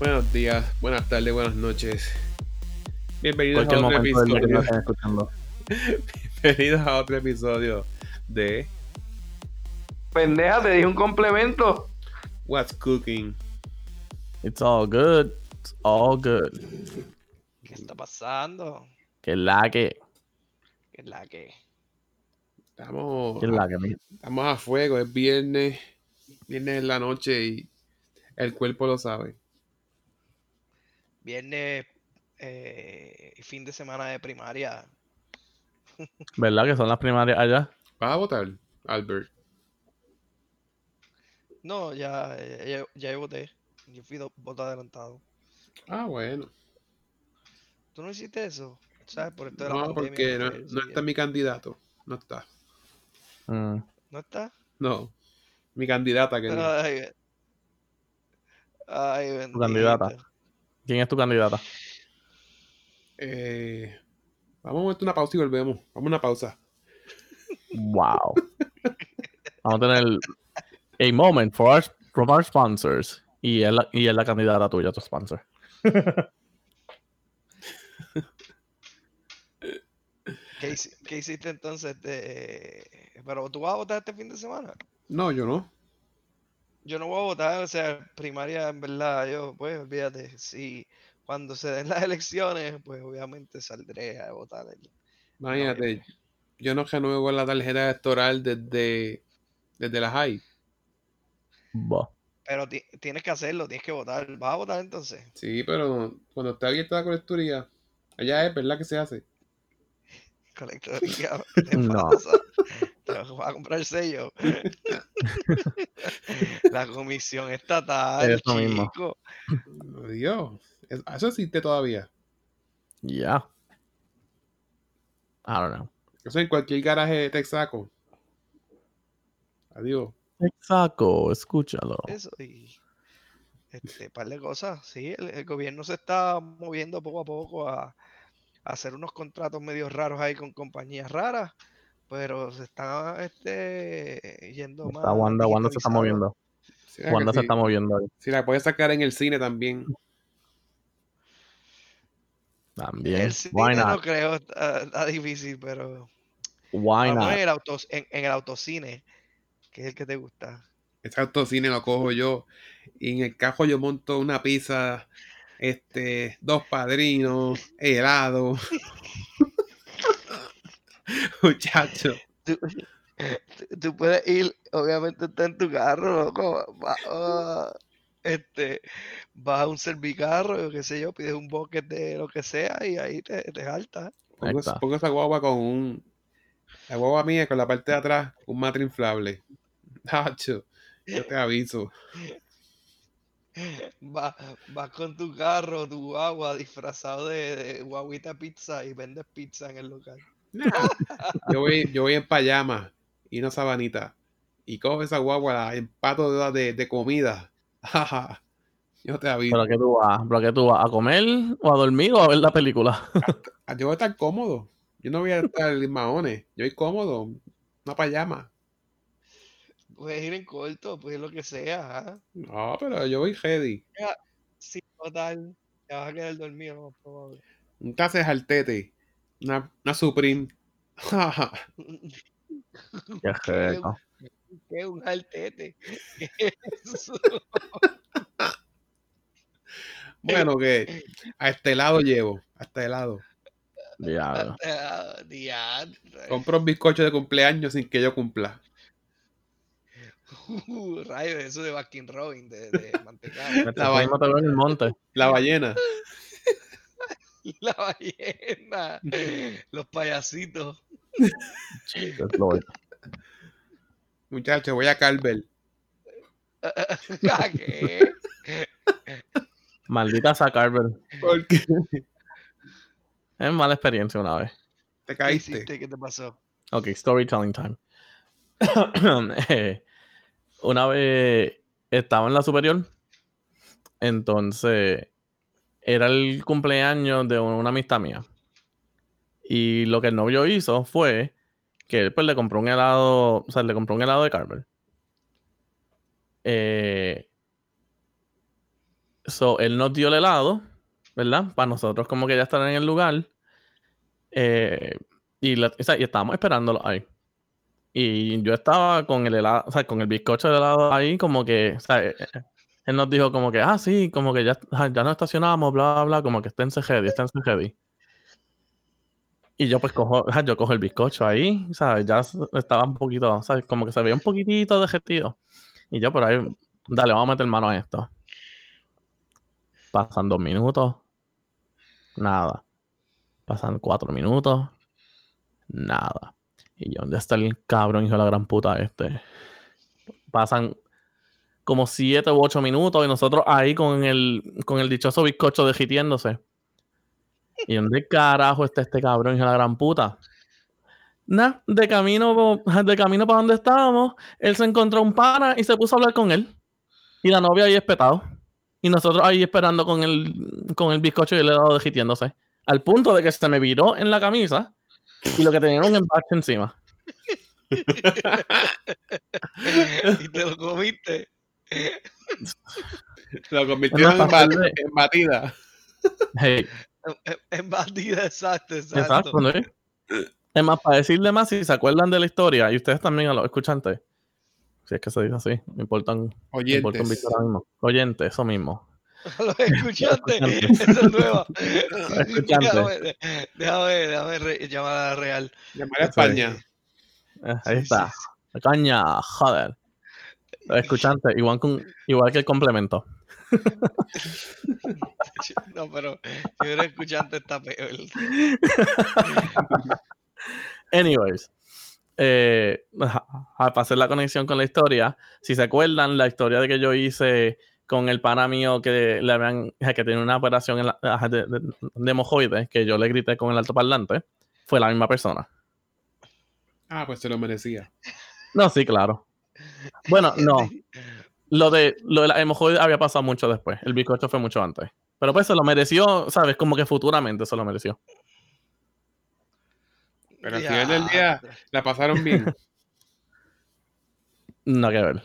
Buenos días, buenas tardes, buenas noches. Bienvenidos a Cualquier otro momento del día que nos episodio. estén escuchando. Bienvenidos a otro episodio de Pendeja, te dije un complemento. What's Cooking. It's all good. It's all good. ¿Qué está pasando? Que la que. ¿Qué es la que? Estamos Que la que, mijo. estamos a fuego, es viernes en la noche y el cuerpo lo sabe. Viernes y fin de semana de primaria. ¿Verdad que son las primarias allá? ¿Vas a votar, Albert? No, ya voté. Yo fui voto adelantado. Ah, bueno. ¿Tú no hiciste eso? ¿Sabes? Por esto de la No, pandemia. porque Porque no está mi candidato. No está. Mm. ¿No está? No, mi candidata que diga. Ay, Tu candidata. bendito. ¿Quién es tu candidata? Vamos a meter una pausa y volvemos. Vamos a una pausa. Wow. Vamos a tener a moment from our sponsors. Y es la candidata tuya, tu sponsor. ¿Qué hiciste entonces? Pero tú vas a votar este fin de semana. No, yo no. Yo no voy a votar, o sea, primaria en verdad, yo pues olvídate, si cuando se den las elecciones, pues obviamente saldré a votar en Imagínate, noviembre. yo no renuevo la tarjeta electoral desde la high. Bah. Pero tienes que hacerlo, tienes que votar. ¿Vas a votar entonces? Sí, pero cuando está abierta la colecturía, allá es verdad que se hace. Colectoría, ¿qué te No. pasa? Te vas a comprar el sello. La comisión estatal, Eso mismo. chico. Dios, eso existe todavía. Yeah. I don't know. Eso en cualquier garaje texaco. Adiós. Exacto, escúchalo. Eso y par de cosas. Sí, el gobierno se está moviendo poco a poco a hacer unos contratos medio raros ahí con compañías raras, pero se está yendo Está más Wanda se está digitalizado. moviendo. Sí, que Wanda se sí. está moviendo ahí. Si la puedes sacar en el cine también. También. El Why cine not? no creo, está difícil, pero Why a lo mejor not? en el autocine, que es el que te gusta. Ese autocine lo cojo yo. Y en el cajo yo monto una pizza, dos padrinos, helado. Muchacho. Tú, tú puedes ir, obviamente está en tu carro, loco, vas a un servicarro, qué sé yo, pides un bucket de lo que sea y ahí te jaltas. Ahí está. Pongo esa guagua la guagua mía con la parte de atrás, un matre inflable. Nacho, yo te aviso. Vas con tu carro, tu agua disfrazado de guaguita pizza y vendes pizza en el local. Nah, yo voy en pijama y una sabanita. Y cojo esa guagua, la empato de comida. Yo te aviso. ¿Pero qué tú vas? ¿Pero qué tú vas? ¿A comer o a dormir o a ver la película? Yo voy a estar cómodo. Yo no voy a estar en maones. Yo voy cómodo. Una pijama. Puedes ir en corto, puedes ir lo que sea. ¿Ah? No, pero yo voy ready. Mira, sí, total, te vas a quedar dormido, lo más probable. Un taza de jaltete. Una Supreme. Qué ¿Qué, rico. qué es un altete? ¿Qué es eso? Bueno, que a este lado llevo. Hasta helado. Diablo. Diantre. Compro un bizcocho de cumpleaños sin que yo cumpla. Rayo, eso de Baskin Robin, de mantecado. Eso mismo te veo en el monte. La ballena. La ballena, los payasitos. Jesus Lord. Muchachos, voy a Carvel. ¿A qué? Maldita Carver. ¿Por qué? Es mala experiencia una vez. Te ¿Qué caíste. hiciste? ¿Qué te pasó? Ok, storytelling time. Una vez estaba en la superior. Entonces era el cumpleaños de una amistad mía. Y lo que el novio hizo fue que él pues le compró un helado. O sea, le compró un helado de Carver. So, él nos dio el helado, ¿verdad? Para nosotros como que ya estar en el lugar. O sea, y estábamos esperándolo ahí. Y yo estaba con el helado, o sea, con el bizcocho de helado ahí, como que, o sea, él nos dijo como que, sí, como que ya nos estacionamos, bla, bla, bla, como que esténse ready. Y yo pues yo cojo el bizcocho ahí, ¿sabes? Ya estaba un poquito, ¿sabes? Como que se veía un poquitito derretido. Y yo por ahí, dale, vamos a meter mano a esto. Pasan 2 minutos, nada. Pasan 4 minutos, nada. Y yo, ¿dónde está el cabrón hijo de la gran puta este? Pasan como 7 u 8 minutos y nosotros ahí con el dichoso bizcocho derritiéndose. ¿Y dónde carajo está este cabrón hijo de la gran puta? Nah, de camino para donde estábamos, él se encontró un pana y se puso a hablar con él. Y la novia ahí espetado. Y nosotros ahí esperando con el bizcocho y el helado derritiéndose. Al punto de que se me viró en la camisa y lo que tenía era un empache encima. Y te lo comiste. Lo convirtieron en batida. Hey. En batida, exacto. Exacto, ¿no? Es más, para decirle más, si se acuerdan de la historia, y ustedes también a los escuchantes, si es que se dice así, me importa un bicho ahora mismo. Oyentes, eso mismo. Los escuchantes, esa es nueva. Déjame llamar a la Real. Llamar a España. Ahí está. Sí. Caña, joder. Los escuchantes, igual que el complemento. No, pero si eres escuchante está peor. Anyways, para hacer la conexión con la historia, si se acuerdan, la historia de que yo hice con el pana mío que tenía una operación de hemorroides, que yo le grité con el altoparlante, fue la misma persona. Pues se lo merecía. No, sí, claro. Bueno, no. Lo de la hemorroides había pasado mucho después. El bizcocho fue mucho antes. Pero pues se lo mereció, ¿sabes? Como que futuramente se lo mereció. Pero al final del día la pasaron bien. No hay que ver.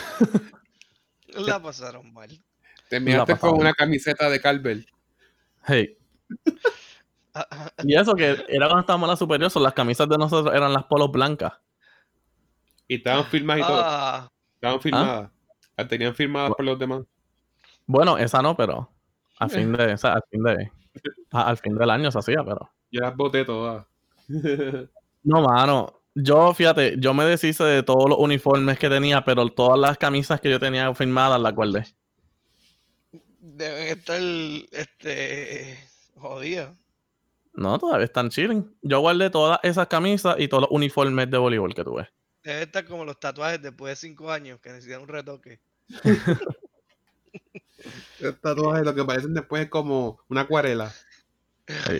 La pasaron mal. Terminaste con una camiseta de Carvel. Hey. Y eso que era cuando estábamos en la superior, las camisas de nosotros eran las polos blancas. Y estaban firmadas y todo. Estaban firmadas. Las tenían firmadas por los demás. Bueno, esa no, pero al fin del año se hacía, pero. Yo las boté todas. No, mano. Fíjate, yo me deshice de todos los uniformes que tenía, pero todas las camisas que yo tenía firmadas las guardé. Deben estar jodidas. No, todavía están chilling. Yo guardé todas esas camisas y todos los uniformes de voleibol que tuve. Debe estar como los tatuajes después de 5 años que necesitan un retoque. Los tatuajes lo que parecen después es como una acuarela. Sí.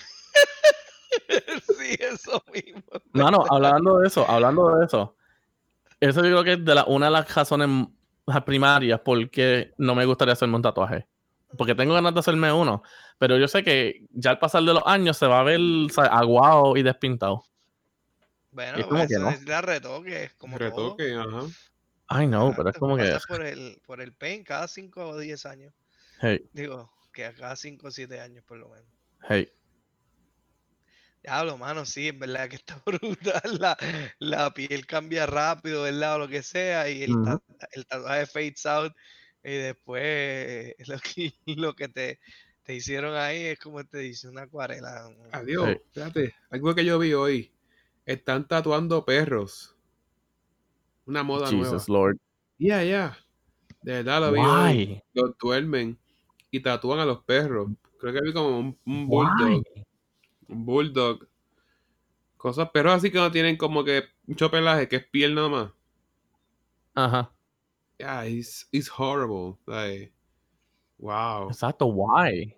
Sí, eso mismo. Mano, hablando de eso, eso yo creo que es una de las razones primarias por qué no me gustaría hacerme un tatuaje. Porque tengo ganas de hacerme uno, pero yo sé que ya al pasar de los años se va a ver, ¿sabes?, aguado y despintado. Bueno, es como que no. necesita retoque, como retoque, todo. Ajá. Ay, no, pero es como que... Pasas por el paint cada 5 o 10 años. Hey. Digo, que a cada 5 o 7 años por lo menos. Hey. Diablo, mano, sí, en verdad que está brutal. La piel cambia rápido, ¿verdad? O lo que sea, y el tatuaje fades out. Y después lo que te hicieron ahí es como te dice una acuarela. Adiós, fíjate, algo que yo vi hoy. Están tatuando perros. Una moda Jesus nueva. Lord. Yeah. De verdad lo vi hoy. Los duermen y tatúan a los perros. Creo que vi como un bulldog. Un bulldog. Cosas, perros así que no tienen como que mucho pelaje, que es piel nada más. Ajá. Yeah, it's horrible. Like, wow. Exacto, why?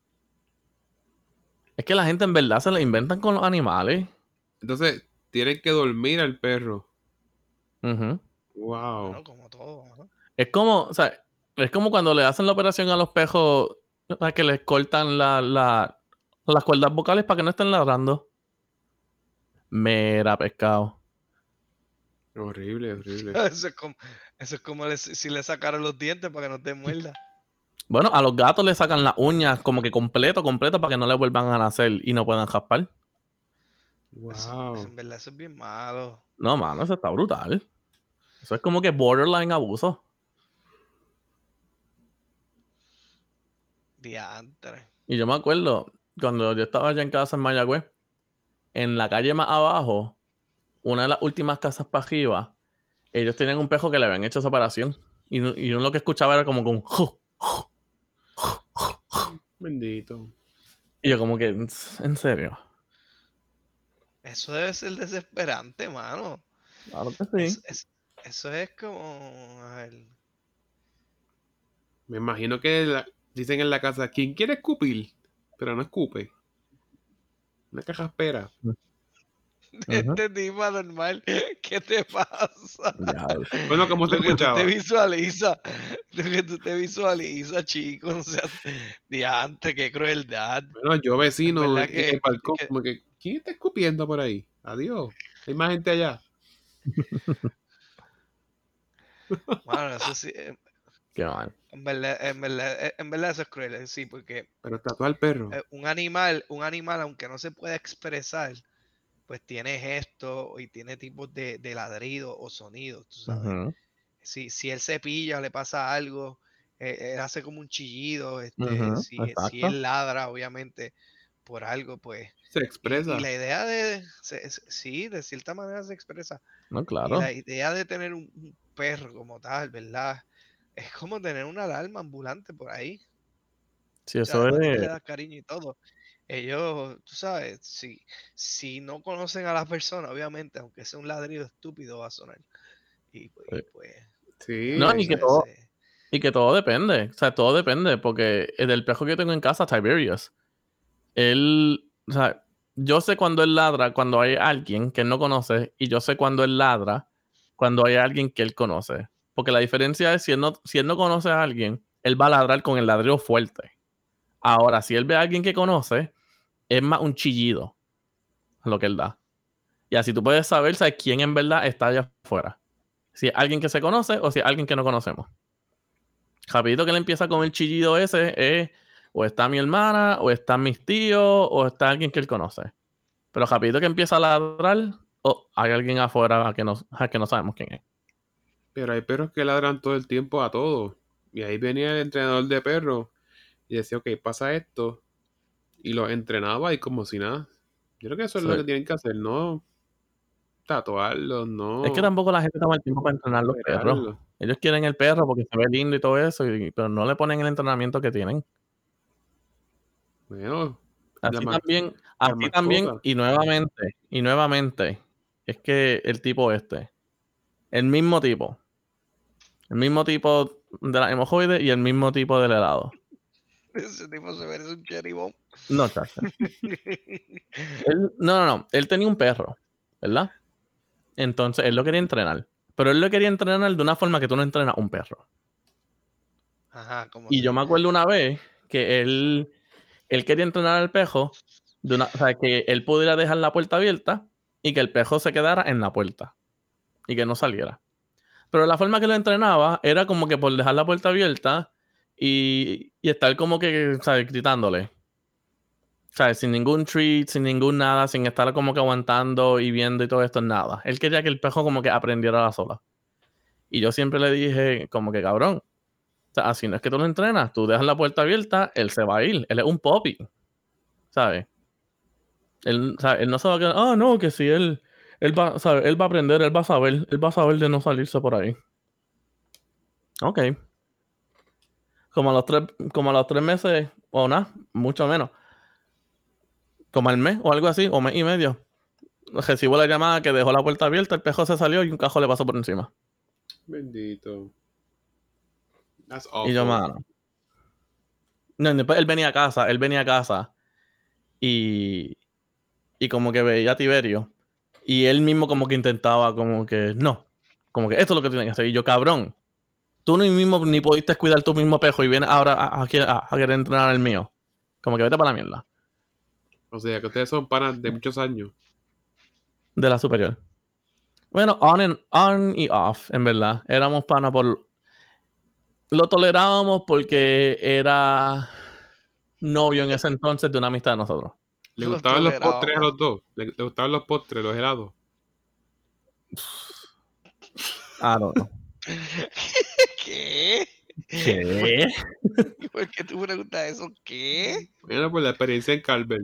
Es que la gente en verdad se la inventan con los animales. Entonces, tienen que dormir al perro. Wow. Bueno, como todo, ¿no? Es como, o sea, es como cuando le hacen la operación a los perros para que les cortan las cuerdas vocales para que no estén ladrando. Mira, pescado. Horrible. Eso es como si le sacaran los dientes para que no te muerda. Bueno, a los gatos le sacan las uñas como que completo para que no le vuelvan a nacer y no puedan jaspar. Wow. En verdad, eso es bien malo. No, mano, eso está brutal. Eso es como que borderline abuso. Diantre. Y yo me acuerdo, cuando yo estaba allá en casa en Mayagüez, en la calle más abajo, una de las últimas casas para arriba, ellos tenían un pejo que le habían hecho separación. Y uno lo que escuchaba era como un... Bendito. Y yo como que, ¿en serio? Eso debe ser desesperante, mano. Claro que sí. Eso es como... A ver, Me imagino que dicen en la casa, ¿quién quiere escupir? Pero no escupe. Una caja espera. este tipo anormal, ¿qué te pasa? Bueno, como se Lo que tú escuchaba. te visualiza, chicos, o sea, diantre, qué crueldad. Bueno, yo vecino verdad en el balcón, como que, ¿quién está escupiendo por ahí? Adiós. Hay más gente allá. Bueno, eso sí, Qué mal. en verdad eso es cruel, sí, porque Pero tatuar al perro. un animal, aunque no se pueda expresar, pues tiene gestos y tiene tipos de ladridos o sonidos, tú sabes. Ujú. Si él se pilla, le pasa algo, él hace como un chillido, Ujú, si exacto. él ladra, obviamente, por algo, pues. Se Y expresa. la idea de, sí, de cierta manera se expresa. No, Y claro. la idea de tener un perro como tal, ¿verdad? Es como tener una alarma ambulante por ahí. Sí, O sea, eso además de que es... le das cariño y todo. Ellos, tú sabes, si no conocen a las personas, obviamente, aunque sea un ladrido estúpido, va a sonar. Y pues Sí. No, eso y que todo depende. O sea, todo depende. Porque el del pejo que yo tengo en casa, Tiberius, él, o sea, yo sé cuando él ladra cuando hay alguien que él no conoce, y yo sé cuando él ladra cuando hay alguien que él conoce. Porque la diferencia es si él no conoce a alguien, él va a ladrar con el ladrido fuerte. Ahora, si él ve a alguien que conoce, es más un chillido lo que él da. Y así tú puedes saber, ¿sabes?, quién en verdad está allá afuera. Si es alguien que se conoce o si es alguien que no conocemos. Rapidito que él empieza con el chillido ese, o está mi hermana, o están mis tíos, o está alguien que él conoce. Pero rapidito que empieza a ladrar, hay alguien afuera a que no sabemos quién es. Pero hay perros que ladran todo el tiempo a todo. Y ahí venía el entrenador de perros y decía, ok, pasa esto. Y los entrenaba y como si nada. Yo creo que eso es lo que tienen que hacer, no tatuarlos, no Es que tampoco la gente toma el tiempo para entrenar los perros. operarlos. Ellos quieren el perro porque se ve lindo y todo eso, pero no le ponen el entrenamiento que tienen. Bueno, Así la también, mascota. y nuevamente, es que el tipo el mismo tipo de la hemojoide y el mismo tipo del helado. ese tipo se merece un cherry bomb. No, chacho. No. Él tenía un perro, ¿verdad? Entonces, él lo quería entrenar. Pero él lo quería entrenar de una forma que tú no entrenas un perro. Ajá, como Y yo me acuerdo una vez que él quería entrenar al pejo o sea, que él pudiera dejar la puerta abierta y que el pejo se quedara en la puerta y que no saliera. Pero la forma que lo entrenaba era como que por dejar la puerta abierta y estar como que, ¿sabes?, gritándole. ¿Sabes? Sin ningún treat, sin ningún nada, sin estar como que aguantando y viendo y todo esto, nada. Él quería que el pejo como que aprendiera a la sola. Y yo siempre le dije como que, cabrón, o sea, así no es que tú lo entrenas, tú dejas la puerta abierta, él se va a ir, él es un puppy, ¿sabes? Él no se va a quedar, no, que si él va, ¿sabes?, él va a aprender, él va a saber de no salirse por ahí. Ok. Como a los 3 meses, o nada, mucho menos. Como al mes o algo así, o mes y medio. Recibo la llamada que dejó la puerta abierta, el pejo se salió y un cajo le pasó por encima. Bendito. That's Y yo, awful. mano. No, después él venía a casa y como que veía a Tiberio y él mismo como que intentaba como que, no, como que esto es lo que tienes que hacer. Y yo, cabrón, tú ni pudiste cuidar tu mismo pejo y vienes ahora a querer entrenar el mío. Como que vete para la mierda. O sea, que ustedes son panas de muchos años. De la superior. Bueno, on y off, en verdad. Éramos panas por... Lo tolerábamos porque era novio en ese entonces de una amistad de nosotros. ¿Le Lo gustaban los postres a tolerábamos. los dos? ¿Le gustaban los postres, los helados? Ah, no. ¿Qué? ¿Qué? ¿Por qué tú preguntas eso? ¿Qué? Bueno, pues la experiencia en Carver.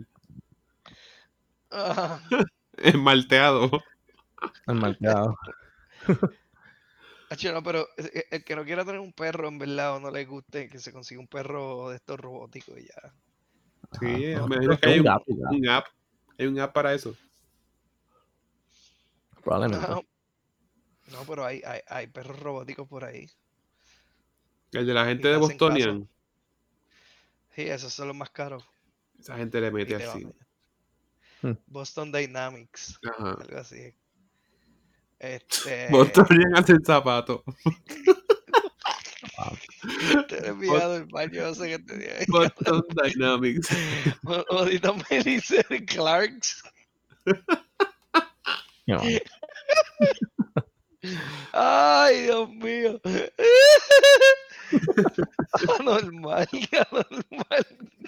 Ah, Malteado. El malteado. acho, no, pero el que no quiera tener un perro en verdad o no le guste, que se consiga un perro de estos robóticos y ya. Sí, Ajá. me imagino que Es hay un gato, ya, un app. Hay un app para eso. probablemente. No, no, pero hay perros robóticos por ahí El de la y gente te de hacen caso. Bostonian. Sí, esos son los más caros. Esa gente le Y mete te van. así. Boston Dynamics, Ajá. algo así. Este. Bostonian hace el zapato. Te he enviado el baño, no sé qué te diga. Boston Dynamics. Ahorita me dice Clarks. Qué mal. Ay, Dios mío. Anormal, anormal.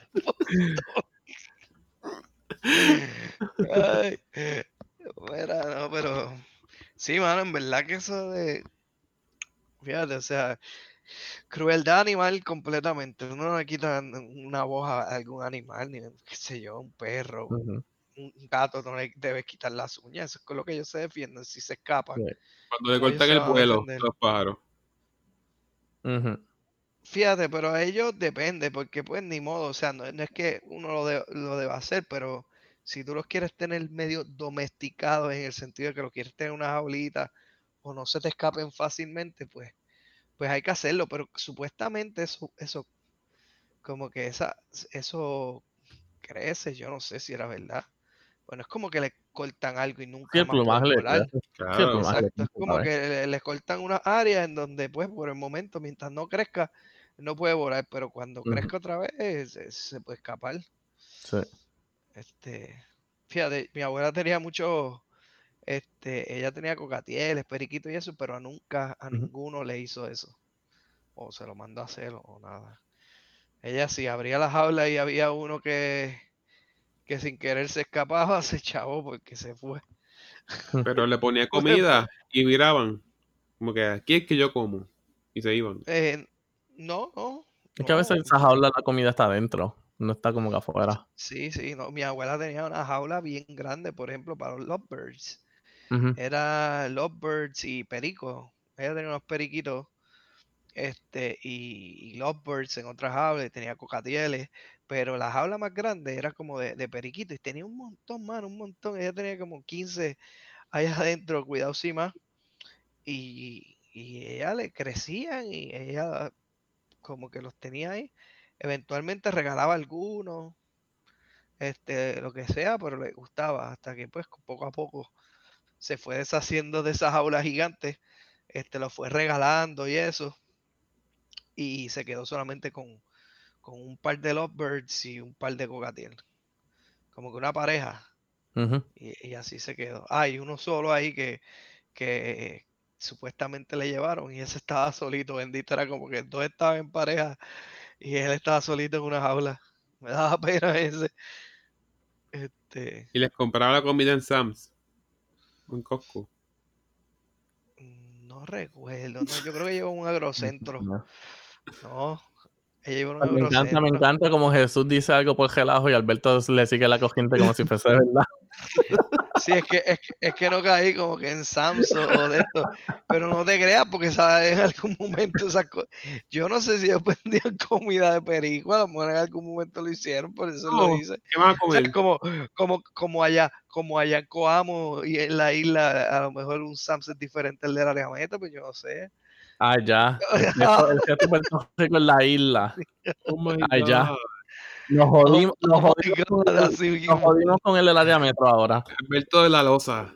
Ay, mira, no, pero sí, mano, en verdad que eso de, fíjate, o sea, crueldad animal completamente. Uno no le quita una voz a algún animal, ni qué sé yo, un perro, Ujú. un gato, no le debes quitar las uñas. Eso es con lo que ellos se defienden. Si se escapan, Sí. Cuando le ¿cómo ellos cortan se el van a vuelo defender? a los pájaros. Ujú. Fíjate, pero a ellos depende, porque pues ni modo, o sea, no es que uno lo deba hacer, pero si tú los quieres tener medio domesticados en el sentido de que los quieres tener en una jaulita o no se te escapen fácilmente, pues hay que hacerlo, pero supuestamente eso como que eso crece, yo no sé si era verdad. Bueno, es como que le cortan algo y Sí, nunca el más pueden plumaje le volar. crece. Sí, el Claro. plumaje le Exacto, es crece otra como vez. que le cortan una área en donde, pues, por el momento, mientras no crezca, no puede volar, pero cuando Ujú. crezca otra vez, se puede escapar. Sí. Fíjate, mi abuela tenía mucho, ella tenía cocatieles, periquitos y eso, pero a Ujú. ninguno le hizo eso, o se lo mandó a hacer, o nada. Ella sí abría la jaula y había uno que sin querer se escapaba, se echaba porque se fue. Pero le ponía comida y viraban. Como que aquí es que yo como. Y se iban. Eh, no, no, Es que a veces no. esa jaula la comida está adentro, no está como que afuera. Sí, sí, no. Mi abuela tenía una jaula bien grande, por ejemplo, para los lovebirds. Ujú. Era lovebirds y pericos. Ella tenía unos periquitos, y lovebirds en otras jaulas, y tenía cocatieles, pero la jaula más grande era como de periquitos y tenía un montón, mano, un montón. Ella tenía como 15 allá adentro, cuidado sí más, y ella le crecían y ella como que los tenía ahí. Eventualmente regalaba algunos, lo que sea, pero le gustaba, hasta que pues poco a poco se fue deshaciendo de esas jaulas gigantes, lo fue regalando y eso, y se quedó solamente con un par de lovebirds y un par de cocatiel, como que una pareja, Ujú. y así se quedó. Hay uno solo ahí que supuestamente le llevaron y ese estaba solito, bendito, era como que dos estaban en pareja y él estaba solito en una jaula. Me daba pena ese. Este, Y les compraba la comida en Sam's. O en Costco. no recuerdo, no, yo creo que lleva un agrocentro. No, ella lleva un Me agrocentro. encanta como Jesús dice algo por relajo y Alberto le sigue la corriente como si fuese verdad. Sí, es que no caí como que en Samsung o de esto, pero no te creas porque sabes en algún momento esas cosas. Yo no sé si ellos vendían comida de perico, a lo mejor en algún momento lo hicieron, por eso lo No, hice. ¿qué van a O sea, comer? como allá en Coamo y en la isla, a lo mejor un Samsung es diferente al de la Meta, pues yo no sé. Ah, ya. El resto de Puerto Rico en la isla. Oh my Ah, ya. God. Nos Oh, jodimos, oh my God, así nos mismo. jodimos con el del área metro ahora. Alberto de la Loza.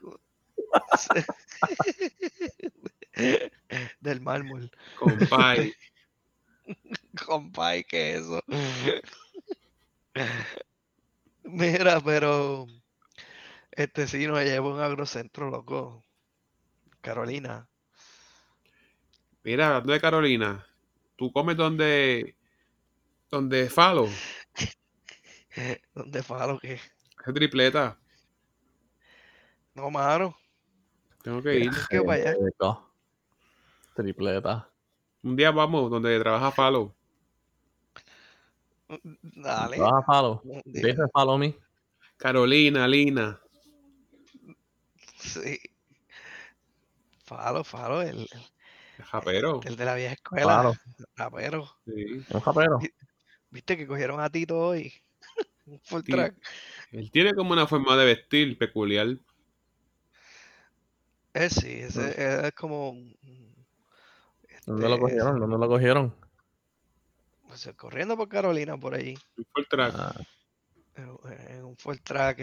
Del mármol. Compay. Compay, ¿qué es eso? Mira, pero sí nos lleva un agrocentro, loco. Carolina. Mira, hablando de Carolina. tú comes donde Falo, ¿Dónde falo qué? esa tripleta, No, mano. tengo que ir. ¿Qué para allá? Rico. Tripleta. Un día vamos donde trabaja Falo. Dale. ¿Vas a follow? Un día. Dice follow me. Carolina, Lina. Sí. Falo, el Japero. de la vieja escuela. Claro. Rapero. Sí. Un japero. ¿Viste que cogieron a Tito hoy? Un full Sí. track. Él tiene como una forma de vestir peculiar. Sí, ese es como ¿Dónde lo cogieron? ¿Dónde lo cogieron? pues, corriendo por Carolina por allí. Un full track. Ah, En un full track,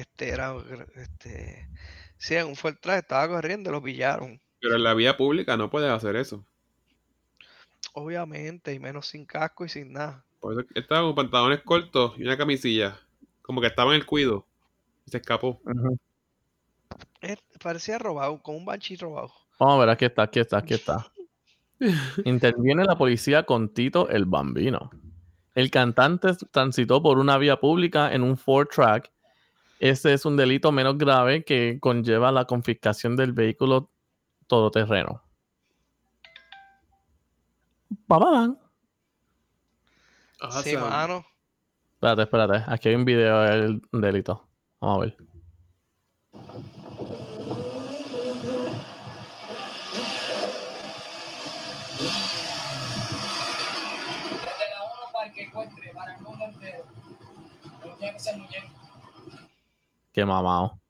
sí, en un full track estaba corriendo, lo pillaron. Pero en la vía pública no puedes hacer eso. Obviamente, y menos sin casco y sin nada. Por eso estaba con pantalones cortos y una camisilla. Como que estaba en el cuido. Y se escapó. ujú. Parecía robado, con un banshee robado. Vamos a ver, aquí está. Interviene la policía con Tito el Bambino. El cantante transitó por una vía pública en un Ford Track. Ese es un delito menos grave que conlleva la confiscación del vehículo todoterreno. ¡Babán! Sí, mano. Espérate. Aquí hay un video del delito. Vamos a ver. Qué mamado.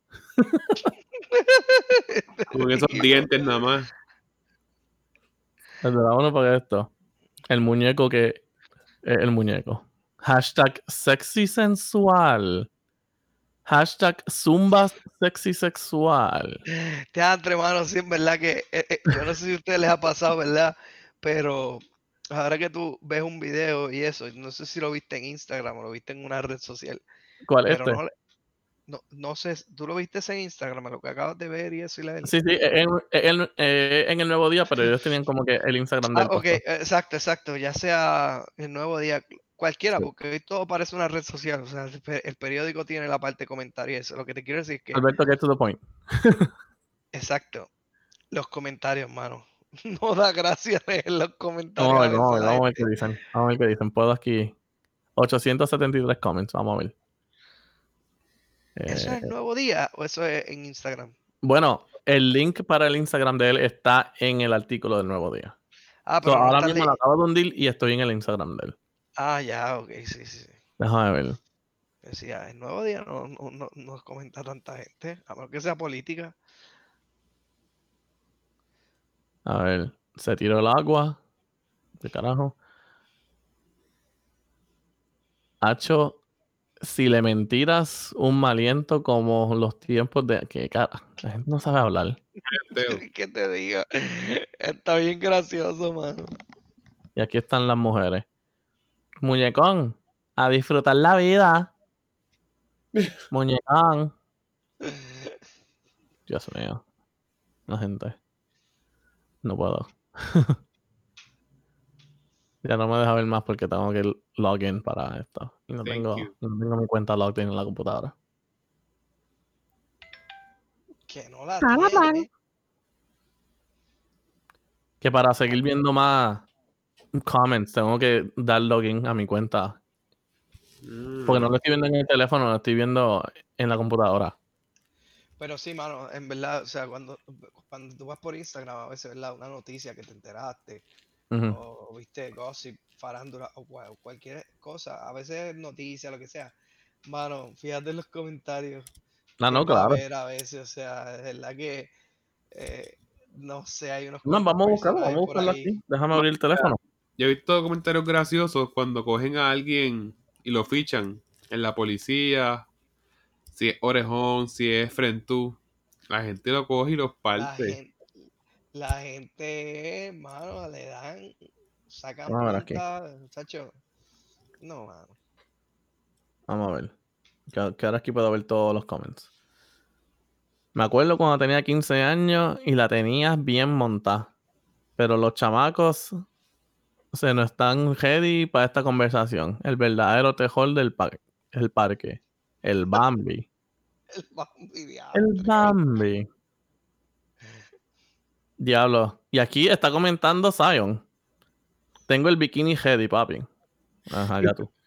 Con esos dientes nada más. El de la ONU para esto. El muñeco que... el muñeco. Hashtag sexy sensual. Hashtag zumba sexy sexual. Teatro, hermano, sí, en verdad que yo no sé si a ustedes les ha pasado, ¿verdad? Pero ahora que tú ves un video y eso, no sé si lo viste en Instagram o lo viste en una red social, ¿Cuál pero este? no sé, tú lo viste en Instagram, lo que acabas de ver y eso y la Sí, en el Nuevo Día, pero ellos tenían como que el Instagram del ok, puesto. exacto, ya sea el Nuevo Día, cualquiera, Sí. porque hoy todo parece una red social, o sea, el periódico tiene la parte de comentarios y eso, lo que te quiero decir es que, Alberto, get to the point. exacto, los comentarios, mano, no da gracia leer los comentarios Vamos a a ver, veces a la vamos a ver qué gente. dicen. Vamos a ver qué dicen. Puedo aquí. 873 comments. Vamos a ver. ¿Eso es el Nuevo Día o eso es en Instagram? Bueno, el link para el Instagram de él está en el artículo del Nuevo Día. Pero no Ahora está mismo lo acabo de hundir y estoy en el Instagram de él. ya, ok, sí. Déjame ver. Decía, el Nuevo Día no comenta tanta gente, a menos que sea política. A ver. Se tiró el agua. ¿Qué carajo? Hacho, si le mentiras un maliento como los tiempos de... ¿Qué cara? La gente no sabe hablar. ¿Qué te diga? Está bien gracioso, mano. Y aquí están las mujeres. Muñecón, a disfrutar la vida. Muñecón. Dios mío. La gente. No puedo. Ya no me deja ver más porque tengo que login para esto. Y no Thank tengo you. mi cuenta logged in en la computadora. Que no la tiene. Que para seguir viendo más comments tengo que dar login a mi cuenta. Porque no lo estoy viendo en el teléfono, lo estoy viendo en la computadora. Pero sí, mano, en verdad, o sea, cuando tú vas por Instagram, a veces, ¿verdad? Una noticia que te enteraste, Ujú. o viste gossip, farándula, o cualquier cosa, a veces noticia, lo que sea. Mano, fíjate en los comentarios Ah, que no, él va a claro. ver a veces, o sea, es verdad que, no sé, hay unos No, cuantos vamos a personajes por buscarlo ahí. aquí. Déjame abrir el teléfono. Yo he visto comentarios graciosos cuando cogen a alguien y lo fichan en la policía, si es orejón, si es frentú. La gente lo coge y los parte. La gente, mano, le dan, sacan Vamos a ver aquí. punta, muchacho. No, mano. Vamos a ver. Que ahora aquí puedo ver todos los comments. Me acuerdo cuando tenía 15 años y la tenías bien montada. Pero los chamacos se no están ready para esta conversación. El verdadero terror del parque. El Bambi. El Bambi, El diantre. Bambi. Diablo. Y aquí está comentando Zion. Tengo el bikini ready, papi. Ajá, ya tú.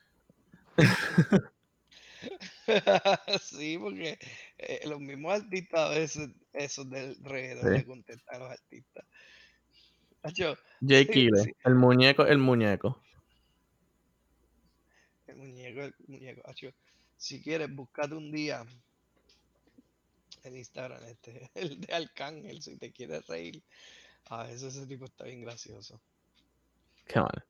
Sí, porque los mismos artistas a veces, esos del reggaetón, Sí. le contestan a los artistas. Acho, Jay sí, Kile. sí, El muñeco. el muñeco. Acho, si quieres, búscate un día en Instagram, el de Arcángel, si te quieres reír. A veces ese tipo está bien gracioso. Qué mal.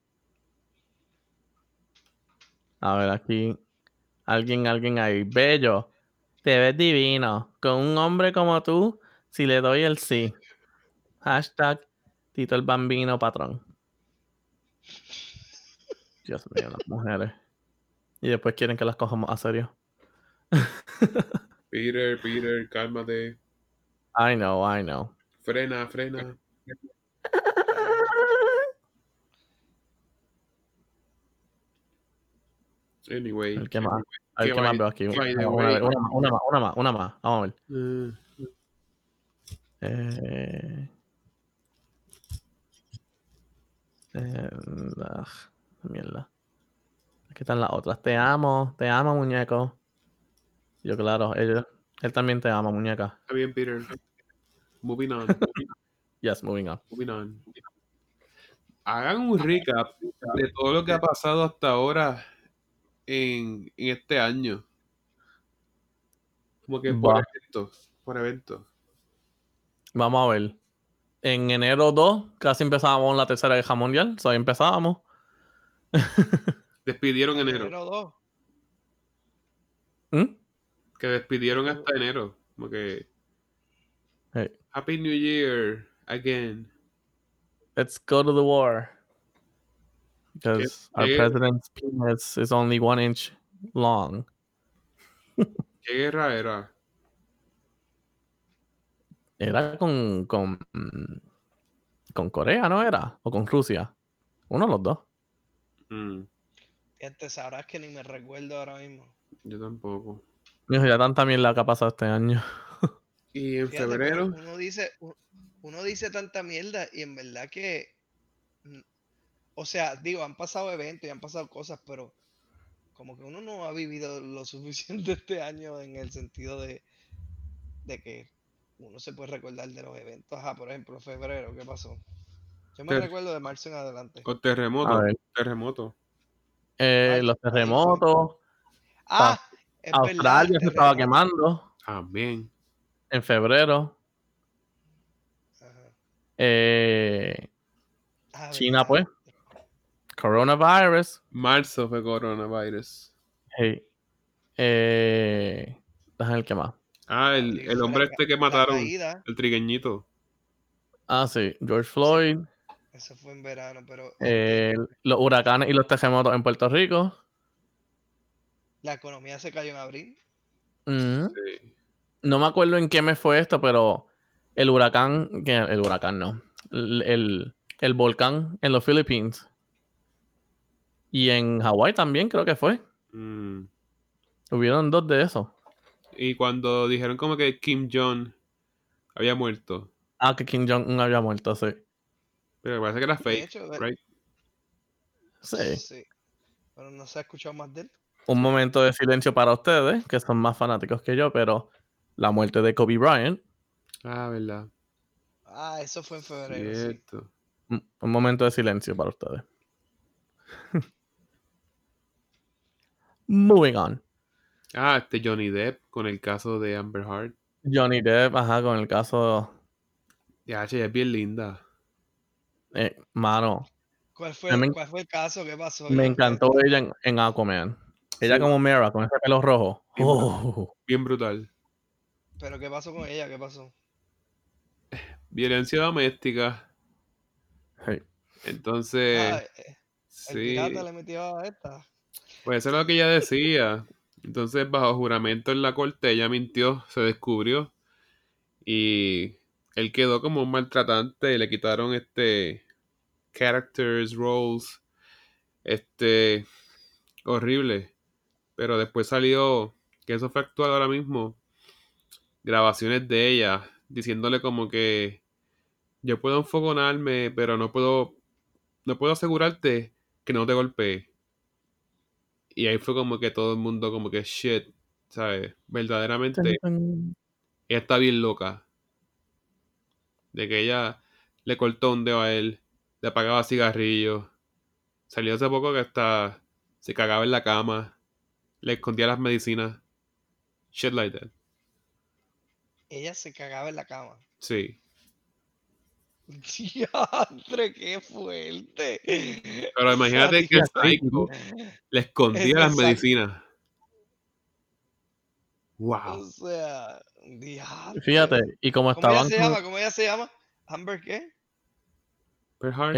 A ver, aquí. Alguien ahí. Bello. Te ves divino. Con un hombre como tú, si le doy el sí. Hashtag Tito el Bambino patrón. Dios mío, las mujeres. Y después quieren que las cojamos a serio. Peter, cálmate. I know. Frena. Anyway. El que más. A ver Que qué más by, veo aquí. by the Una way. más. Vamos a ver. Mm, Eh, ah, mierda. Aquí están las otras. Te amo, muñeco. Yo, claro, él también te ama, muñeca. Está bien, Peter. Moving on. Yes, moving on. Hagan un recap de todo lo que ha pasado hasta ahora en este año. Como que Va. por eventos. Vamos a ver. En enero 2, casi empezábamos la tercera guerra mundial. So, ahí empezábamos. Despidieron En enero. enero 2. ¿Mm? Que despidieron hasta enero. Como que Hey, Happy New Year again. let's go to the war. Because our ¿Qué president's penis is only 1 inch long. guerra era? Era con Corea, ¿no era? O con Rusia. Uno de los dos. Te sabrás que ni me recuerdo ahora mismo. Yo tampoco. Mijo, ya tanta mierda que ha pasado este año. Y en Fíjate, febrero. pero uno dice tanta mierda y en verdad que, o sea, digo, han pasado eventos y han pasado cosas, pero como que uno no ha vivido lo suficiente este año en el sentido de que uno se puede recordar de los eventos. Ajá, por ejemplo, febrero, ¿qué pasó? Yo me recuerdo de marzo en adelante. O A terremoto. ver. Terremoto. Los terremotos. Ah, es verdad, Australia se estaba quemando También. en febrero. China, verdad. pues. Coronavirus. Marzo fue coronavirus. Hey. Déjame ver qué más. El hombre este que mataron. Caída. El trigueñito. Ah, sí. George Floyd. Eso fue en verano, pero Los huracanes y los terremotos en Puerto Rico. la economía se cayó en abril. Sí. No me acuerdo en qué mes fue esto, pero el huracán no. El volcán en los Philippines. Y en Hawái también creo que fue. Hubieron 2 de esos. Y cuando dijeron como que Kim Jong había muerto. Ah, que Kim Jong-un había muerto, sí. Pero parece que era De fake, hecho, right? Sí. Pero no se ha escuchado más de él. Un momento de silencio para ustedes, que son más fanáticos que yo, pero la muerte de Kobe Bryant. Ah, verdad. Ah, eso fue en febrero, Cierto. Sí. Un momento de silencio para ustedes. Moving on. Ah, Johnny Depp con el caso de Amber Heard. Johnny Depp, ajá, con el caso. Ya, ella es bien linda. Mano. ¿Cuál fue el caso? ¿Qué pasó? Me encantó ella en Aquaman. Ella como Mera, con ese pelo rojo. Bien brutal. ¿Pero qué pasó con ella? ¿Qué pasó? Violencia doméstica. Sí. Entonces, el pirata le metió a esta. Pues eso es lo que ella decía. Entonces, bajo juramento en la corte, ella mintió, se descubrió. Y él quedó como un maltratante y le quitaron characters, roles, horrible. Pero después salió, que eso fue actual ahora mismo, grabaciones de ella, diciéndole como que yo puedo enfogonarme, pero no puedo asegurarte que no te golpee. Y ahí fue como que todo el mundo como que shit, ¿sabes? Verdaderamente, ella está bien loca. De que ella le cortó un dedo a él, le apagaba cigarrillos. Salió hace poco que hasta se cagaba en la cama, le escondía las medicinas. Shit like that. Ella se cagaba en la cama. Sí. Diantre, qué fuerte. Pero imagínate que el psycho le escondía las medicinas. Wow. O sea, diantre. Fíjate, y como ¿Cómo ella estaban... se llama? ¿Cómo ella se llama? ¿Amber qué? Pearl Hart.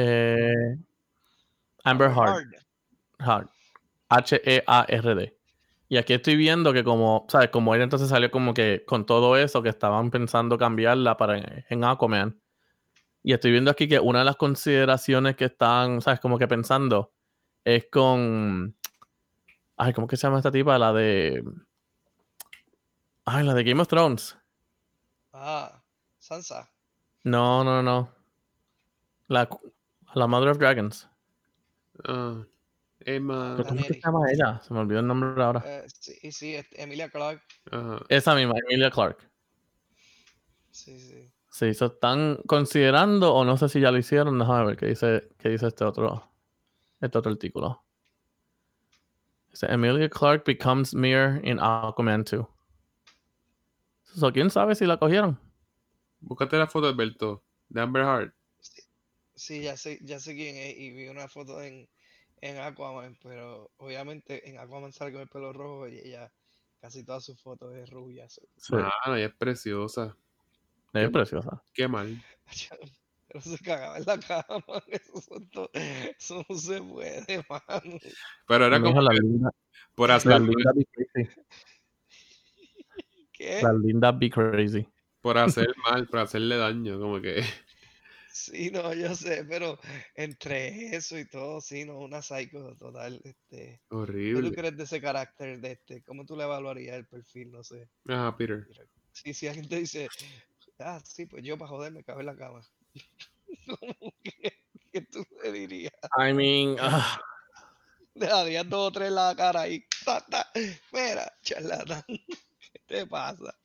Amber Heard. Heard. Y aquí estoy viendo que como, ¿sabes? Como él entonces salió como que con todo eso que estaban pensando cambiarla en Aquaman. Y estoy viendo aquí que una de las consideraciones que están, ¿sabes? Como que pensando es con... Ay, ¿cómo que se llama esta tipa? La de Game of Thrones. Sansa. No. La Mother of Dragons. Emma. ¿Cómo que se llama ella? Se me olvidó el nombre ahora. Sí, Emilia Clarke. Esa misma, Emilia Clarke. Sí. Sí, se están considerando, o no sé si ya lo hicieron, déjame ver qué dice este otro artículo. Dice, Emilia Clarke becomes Mir in Aquaman 2. So, ¿quién sabe si la cogieron? Búscate la foto, Alberto, de Amber Heard. Sí, ya sé quién es, y vi una foto en Aquaman, pero obviamente en Aquaman sale con el pelo rojo y ella casi todas sus fotos es rubia. Sí. Ella es preciosa. Es preciosa. Qué mal. Pero se cagaba en la cama. Eso no se puede, mano. Pero era como la que linda, por hacer la linda be crazy. ¿Qué? La linda be crazy. Por hacer mal, por hacerle daño, como que. Sí, no, yo sé, pero entre eso y todo, sí, no, una psycho total, ¿qué Horrible. tú crees de ese carácter de ¿Cómo tú le evaluarías el perfil? No sé. Peter. Sí, si alguien te dice, sí, pues yo para joder me cago en la cama. ¿Qué tú le dirías? I mean, Le darías 2 o 3 en la cara y mira, charlatán, ¿qué te pasa?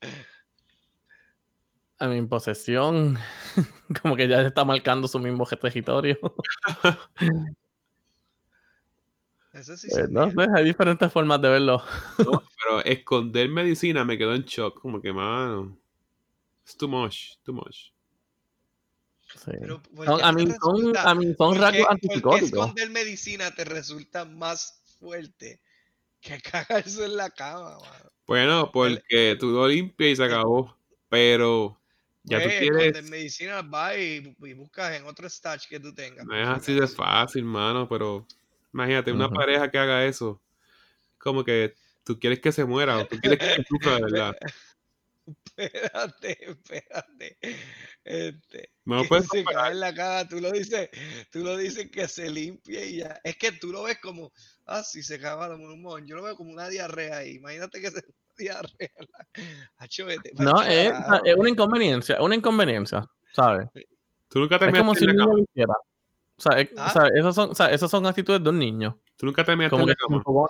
a mi posesión, como que ya está marcando su mismo territorio. Eso sí No sé, hay diferentes formas de verlo. No, pero esconder medicina me quedó en shock, como que, mano. It's too much. Sí. Pero son rasgos ¿por qué antipsicóticos. esconder medicina te resulta más fuerte que cagarse en la cama, mano? Bueno, porque tú lo limpias y se acabó. Pero ya tú Esconder quieres. medicina, va y buscas en otro stash que tú tengas. No es así de fácil, mano, pero imagínate, una pareja que haga eso. Como que tú quieres que se muera o tú quieres que sufra de verdad. Espérate. No lo Que puedes se comparar. cae en la cara, tú lo dices que se limpie y ya. Es que tú lo ves como, si se caga de un mojón. Yo lo veo como una diarrea ahí. Imagínate que se diarrea. No, es una inconveniencia, ¿sabes? Tú nunca Es terminaste como si en un la niño cama. lo hiciera. Esas son actitudes de un niño. Tú nunca terminaste Como en la que cama.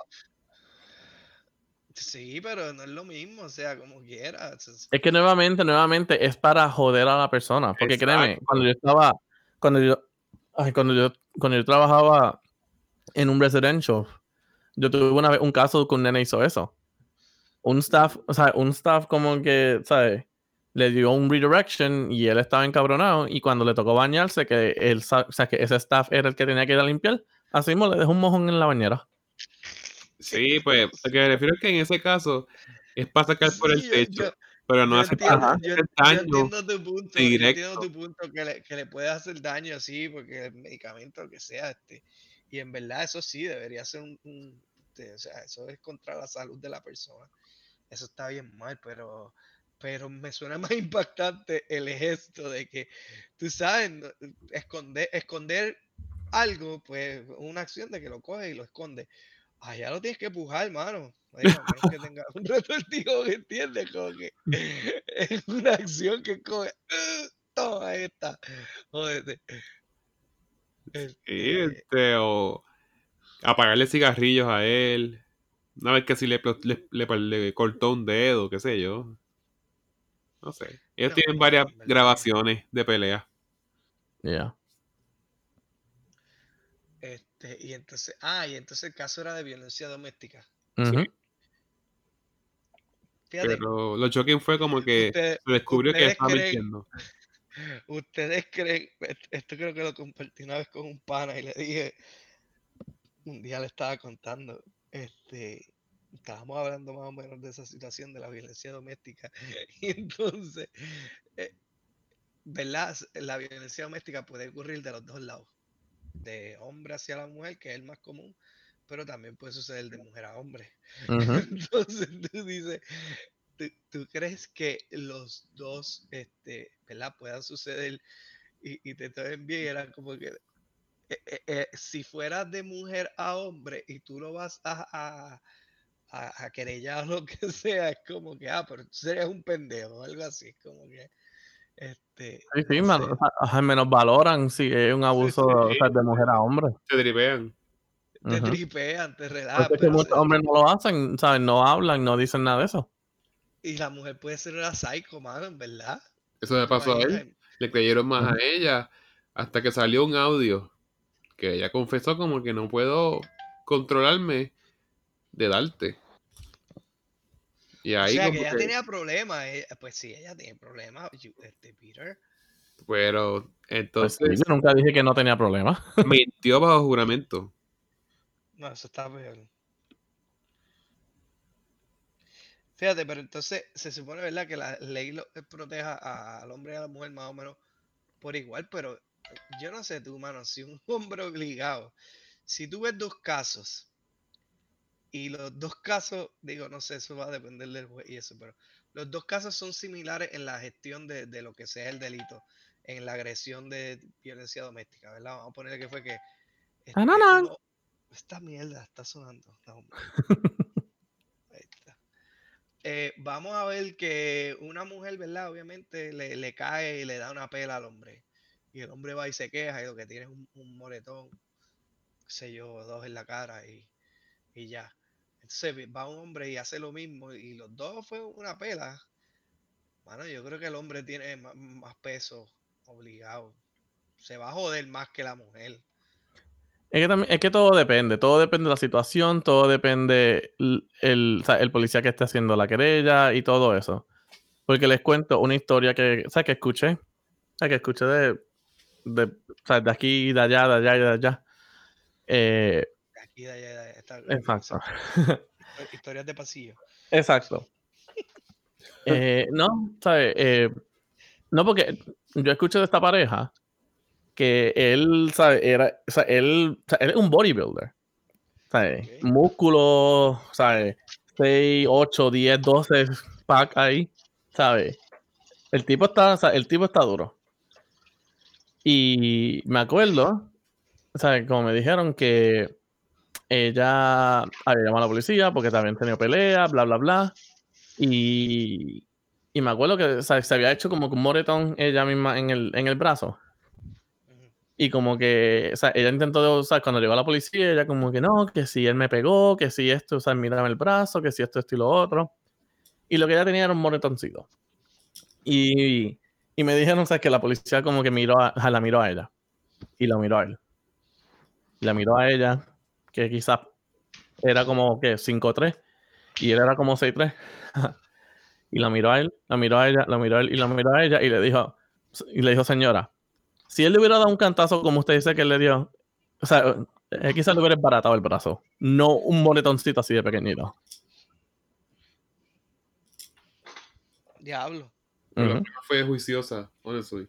Sí, pero no es lo mismo, o sea, como quieras. Es que nuevamente es para joder a la persona. Porque créeme, Exacto. cuando yo trabajaba en un residential, yo tuve una vez un caso que un nene hizo eso. Un staff como que, ¿sabes? Le dio un redirection y él estaba encabronado y cuando le tocó bañarse, que ese staff era el que tenía que ir a limpiar, así mismo le dejó un mojón en la bañera. Sí, pues lo que me refiero es que en ese caso es para sacar por el techo, pero no hace para hacer daño entiendo tu punto, directo. que le puede hacer daño, sí, porque el medicamento, lo que sea, y en verdad eso sí debería ser o sea, eso es contra la salud de la persona. Eso está bien mal, pero me suena más impactante el gesto de que, tú sabes, esconder algo, pues una acción de que lo coge y lo esconde. Allá lo tienes que empujar, hermano. Digo, a menos que tenga un retortijo, que entiendes, como que es una acción que coge. Toma, ahí está. Jódete. Sí, o apagarle cigarrillos a él. Una vez que si le cortó un dedo, qué sé yo. No sé. Ellos No, tienen mano, varias en verdad. grabaciones de pelea. Yeah. Y entonces el caso era de violencia doméstica. Ujú. Fíjate, Pero lo shocking fue como que ustedes, se descubrió que ustedes estaba creen, mintiendo. ustedes creen, esto creo que lo compartí una vez con un pana y le dije, un día le estaba contando, estábamos hablando más o menos de esa situación de la violencia doméstica. Y entonces, ¿verdad? La violencia doméstica puede ocurrir de los dos lados, de hombre hacia la mujer, que es el más común, pero también puede suceder de mujer a hombre. Ujú. Entonces tú dices, ¿tú crees que los dos, ¿verdad? Puedan suceder y te tomen bien? Era como que, si fueras de mujer a hombre y tú lo vas a querellar o lo que sea, es como que, pero tú serías un pendejo o algo así, como que, Sí, no mano, sé. o sea, al menos valoran si es un abuso, o sea, de mujer a hombre. Se dripean. Te Ujú. tripean, te relajas, Porque es que pero muchos hombres no lo hacen, ¿sabes? No hablan, no dicen nada de eso. y la mujer puede ser una psycho, mano, en verdad. Eso le ¿Te pasó a imaginas? él. Le creyeron más Ujú. a ella hasta que salió un audio que ella confesó como que no puedo controlarme de darte. Y O ahí sea, que como ella que, tenía problemas. Pues sí, ella tiene problemas, Peter. pero Pues sí, yo entonces nunca dije que no tenía problema. mintió bajo juramento. No, eso está peor. Fíjate, pero entonces se supone, ¿verdad? Que la ley proteja al hombre y a la mujer más o menos por igual, pero yo no sé tú, mano, si un hombre obligado, si tú ves dos casos y los dos casos, digo, no sé, eso va a depender del juez y eso, pero los dos casos son similares en la gestión de lo que sea el delito, en la agresión de violencia doméstica, ¿verdad? Vamos a ponerle que fue que Tananán. uno, esta mierda está sonando. No, hombre. Ahí está. Vamos a ver que una mujer, ¿verdad? Obviamente le cae y le da una pela al hombre. Y el hombre va y se queja y lo que tiene es un moretón, qué sé yo, dos en la cara y ya. Entonces va un hombre y hace lo mismo y los dos fue una pela. Mano, yo creo que el hombre tiene más peso obligado. Se va a joder más que la mujer. Es que todo depende de la situación, todo depende o sea, el policía que esté haciendo la querella y todo eso. Porque les cuento una historia que, o sea, que escuché, o sea, de aquí, de allá, de allá y de allá. Aquí de allá, está, Exacto. historias de pasillo. Exacto. No, ¿sabes? No, porque yo escuché de esta pareja que él, ¿sabes? O sea, él es un bodybuilder. ¿Sabes? Okay. Músculos, ¿sabes? 6, 8, 10, 12 pack ahí, ¿sabes? El tipo está duro. Y me acuerdo, ¿sabes? Como me dijeron que ella había llamado a la policía porque también tenía pelea, bla, bla, bla. Y me acuerdo que, ¿sabes? Se había hecho como que un moretón ella misma en el brazo. Y como que, o sea, ella intentó, o sea, cuando llegó a la policía, ella como que no, que si él me pegó, que si esto, o sea, mírame el brazo, que si esto y lo otro. Y lo que ella tenía era un moretoncito. Y me dijeron, o sea, que la policía como que la miró a ella. Y la miró a él. Y la miró a ella, que quizás era como que 5'3", y él era como 6'3". Y la miró a él, la miró a ella, la miró a él y la miró a ella y le dijo, señora, si él le hubiera dado un cantazo como usted dice que él le dio, o sea, quizás le hubiera embaratado el brazo, no un moretoncito así de pequeñito. Diablo. Pero la prima fue juiciosa, honestly.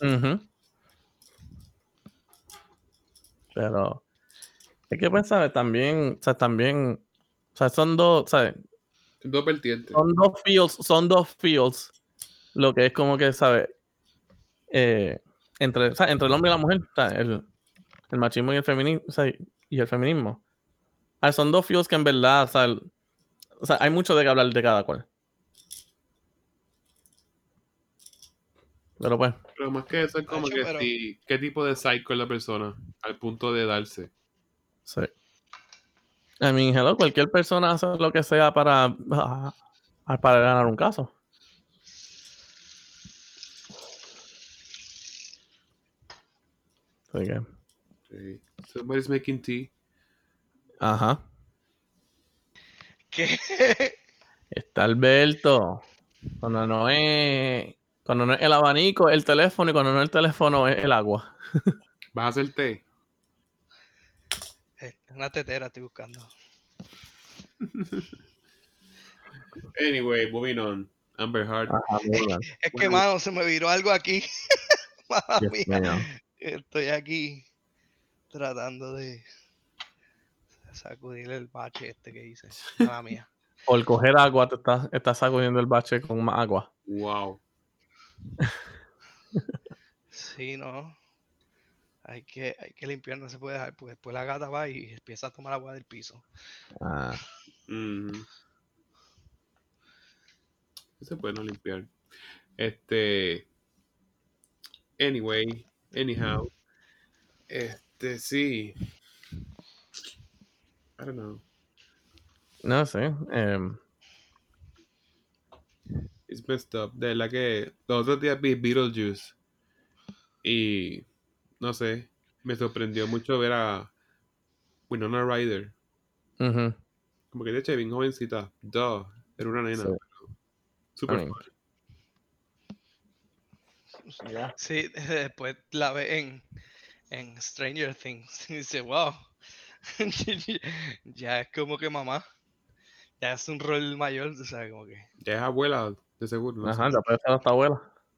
Pero es que pues, ¿sabes? También, o sea, son dos, ¿sabes? Dos vertientes. Son dos fields, lo que es como que, ¿sabes? Entre el hombre y la mujer, o sea, el machismo y el feminismo, o sea, y el feminismo. Son dos fields que en verdad, o sea, hay mucho de qué hablar de cada cual. Pero pues. Pero más que eso es como Nacho, que pero si, qué tipo de psycho es la persona al punto de darse. Sí. I mean, hello, cualquier persona hace lo que sea para ganar un caso. Así que, Sí. Somebody's making tea. ajá. ¿qué? Está Alberto. Cuando no es el abanico, el teléfono, y cuando no es el teléfono, es el agua. ¿Vas a hacer té? Una tetera estoy buscando. Anyway, moving on. Amber Heard. Ajá, Es que, mano, se me viró algo aquí. Mala Dios mía. mío. Estoy aquí tratando de sacudir el bache este que hice. Mala mía. Por coger agua, te estás sacudiendo el bache con más agua. Wow. Sí, no. Hay que limpiar, no se puede dejar, porque después la gata va y empieza a tomar agua del piso. Ah, Mhm. Se puede no limpiar. Anyway, anyhow. Sí. I don't know. no sé. It's messed up. De verdad que los otros días vi Beetlejuice. Y no sé. Me sorprendió mucho ver a Winona Ryder. Ujú, Como que de hecho bien jovencita. Duh. Era una nena. sí. Super I mean, ya. Sí, después la ve en Stranger Things. Y dice, wow. Ya es como que mamá. Ya es un rol mayor, tú sabes, como que. Ya es abuela, de seguro. No sé. Ajá, ya puede ser hasta abuela.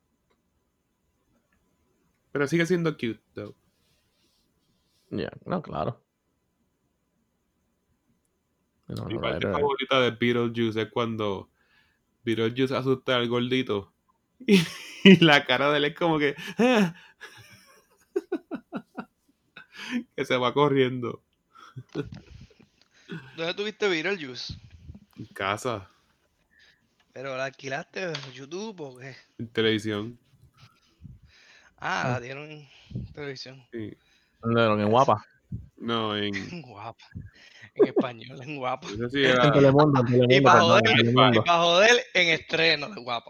Pero sigue siendo cute, though. Ya, no, claro. No, Mi no, parte right. favorita de Beetlejuice es cuando Beetlejuice asusta al gordito. Y, y la cara de él es como que. "Ah", que se va corriendo. ¿Dónde tuviste Beetlejuice? En casa, ¿Pero la alquilaste en YouTube o qué? en televisión. Ah, la dieron en televisión. Sí. No, en Eso. guapa. No, en. Guapa. En español, en guapa. No sé si En era. Telemundo, Y para perdón, joder, en y Telemundo. para joder, en estreno de guapa.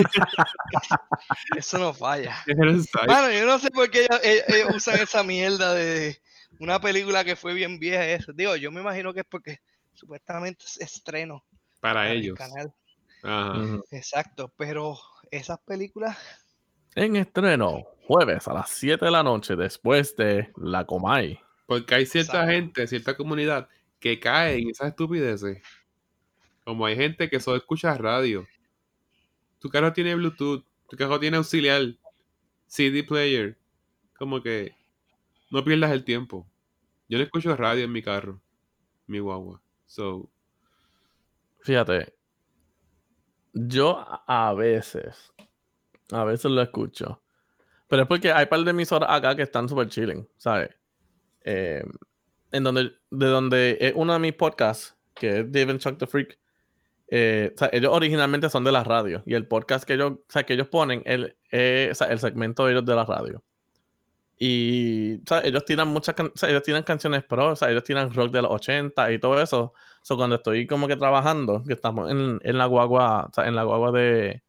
Eso no falla. Era en Sci- Mano, yo no sé por qué ellos usan esa mierda de una película que fue bien vieja. Eso. Digo, yo me imagino que es porque supuestamente es estreno para para el ellos. canal. Ajá. Ujú. Exacto, pero esas películas, En estreno, jueves a las 7 de la noche, después de La Comay. Porque hay cierta Exacto. gente, cierta comunidad que cae en esas estupideces. Como hay gente que solo escucha radio. Tu carro tiene Bluetooth, tu carro tiene auxiliar, CD player. Como que no pierdas el tiempo. Yo no escucho radio en mi carro, mi guagua. So, Fíjate, yo a veces lo escucho. Pero es porque hay par de emisoras acá que están súper chilling, ¿sabes? De donde es uno de mis podcasts, que es Dave and Chuck the Freak. O sea, ellos originalmente son de la radio. Y el podcast que ellos ponen, o sea, el segmento de ellos de la radio. Y, o sea, ellos tiran ellos tiran canciones pro, o sea, ellos tiran rock de los 80 y todo eso. So, cuando estoy como que trabajando, que estamos en la guagua, o sea, en la guagua de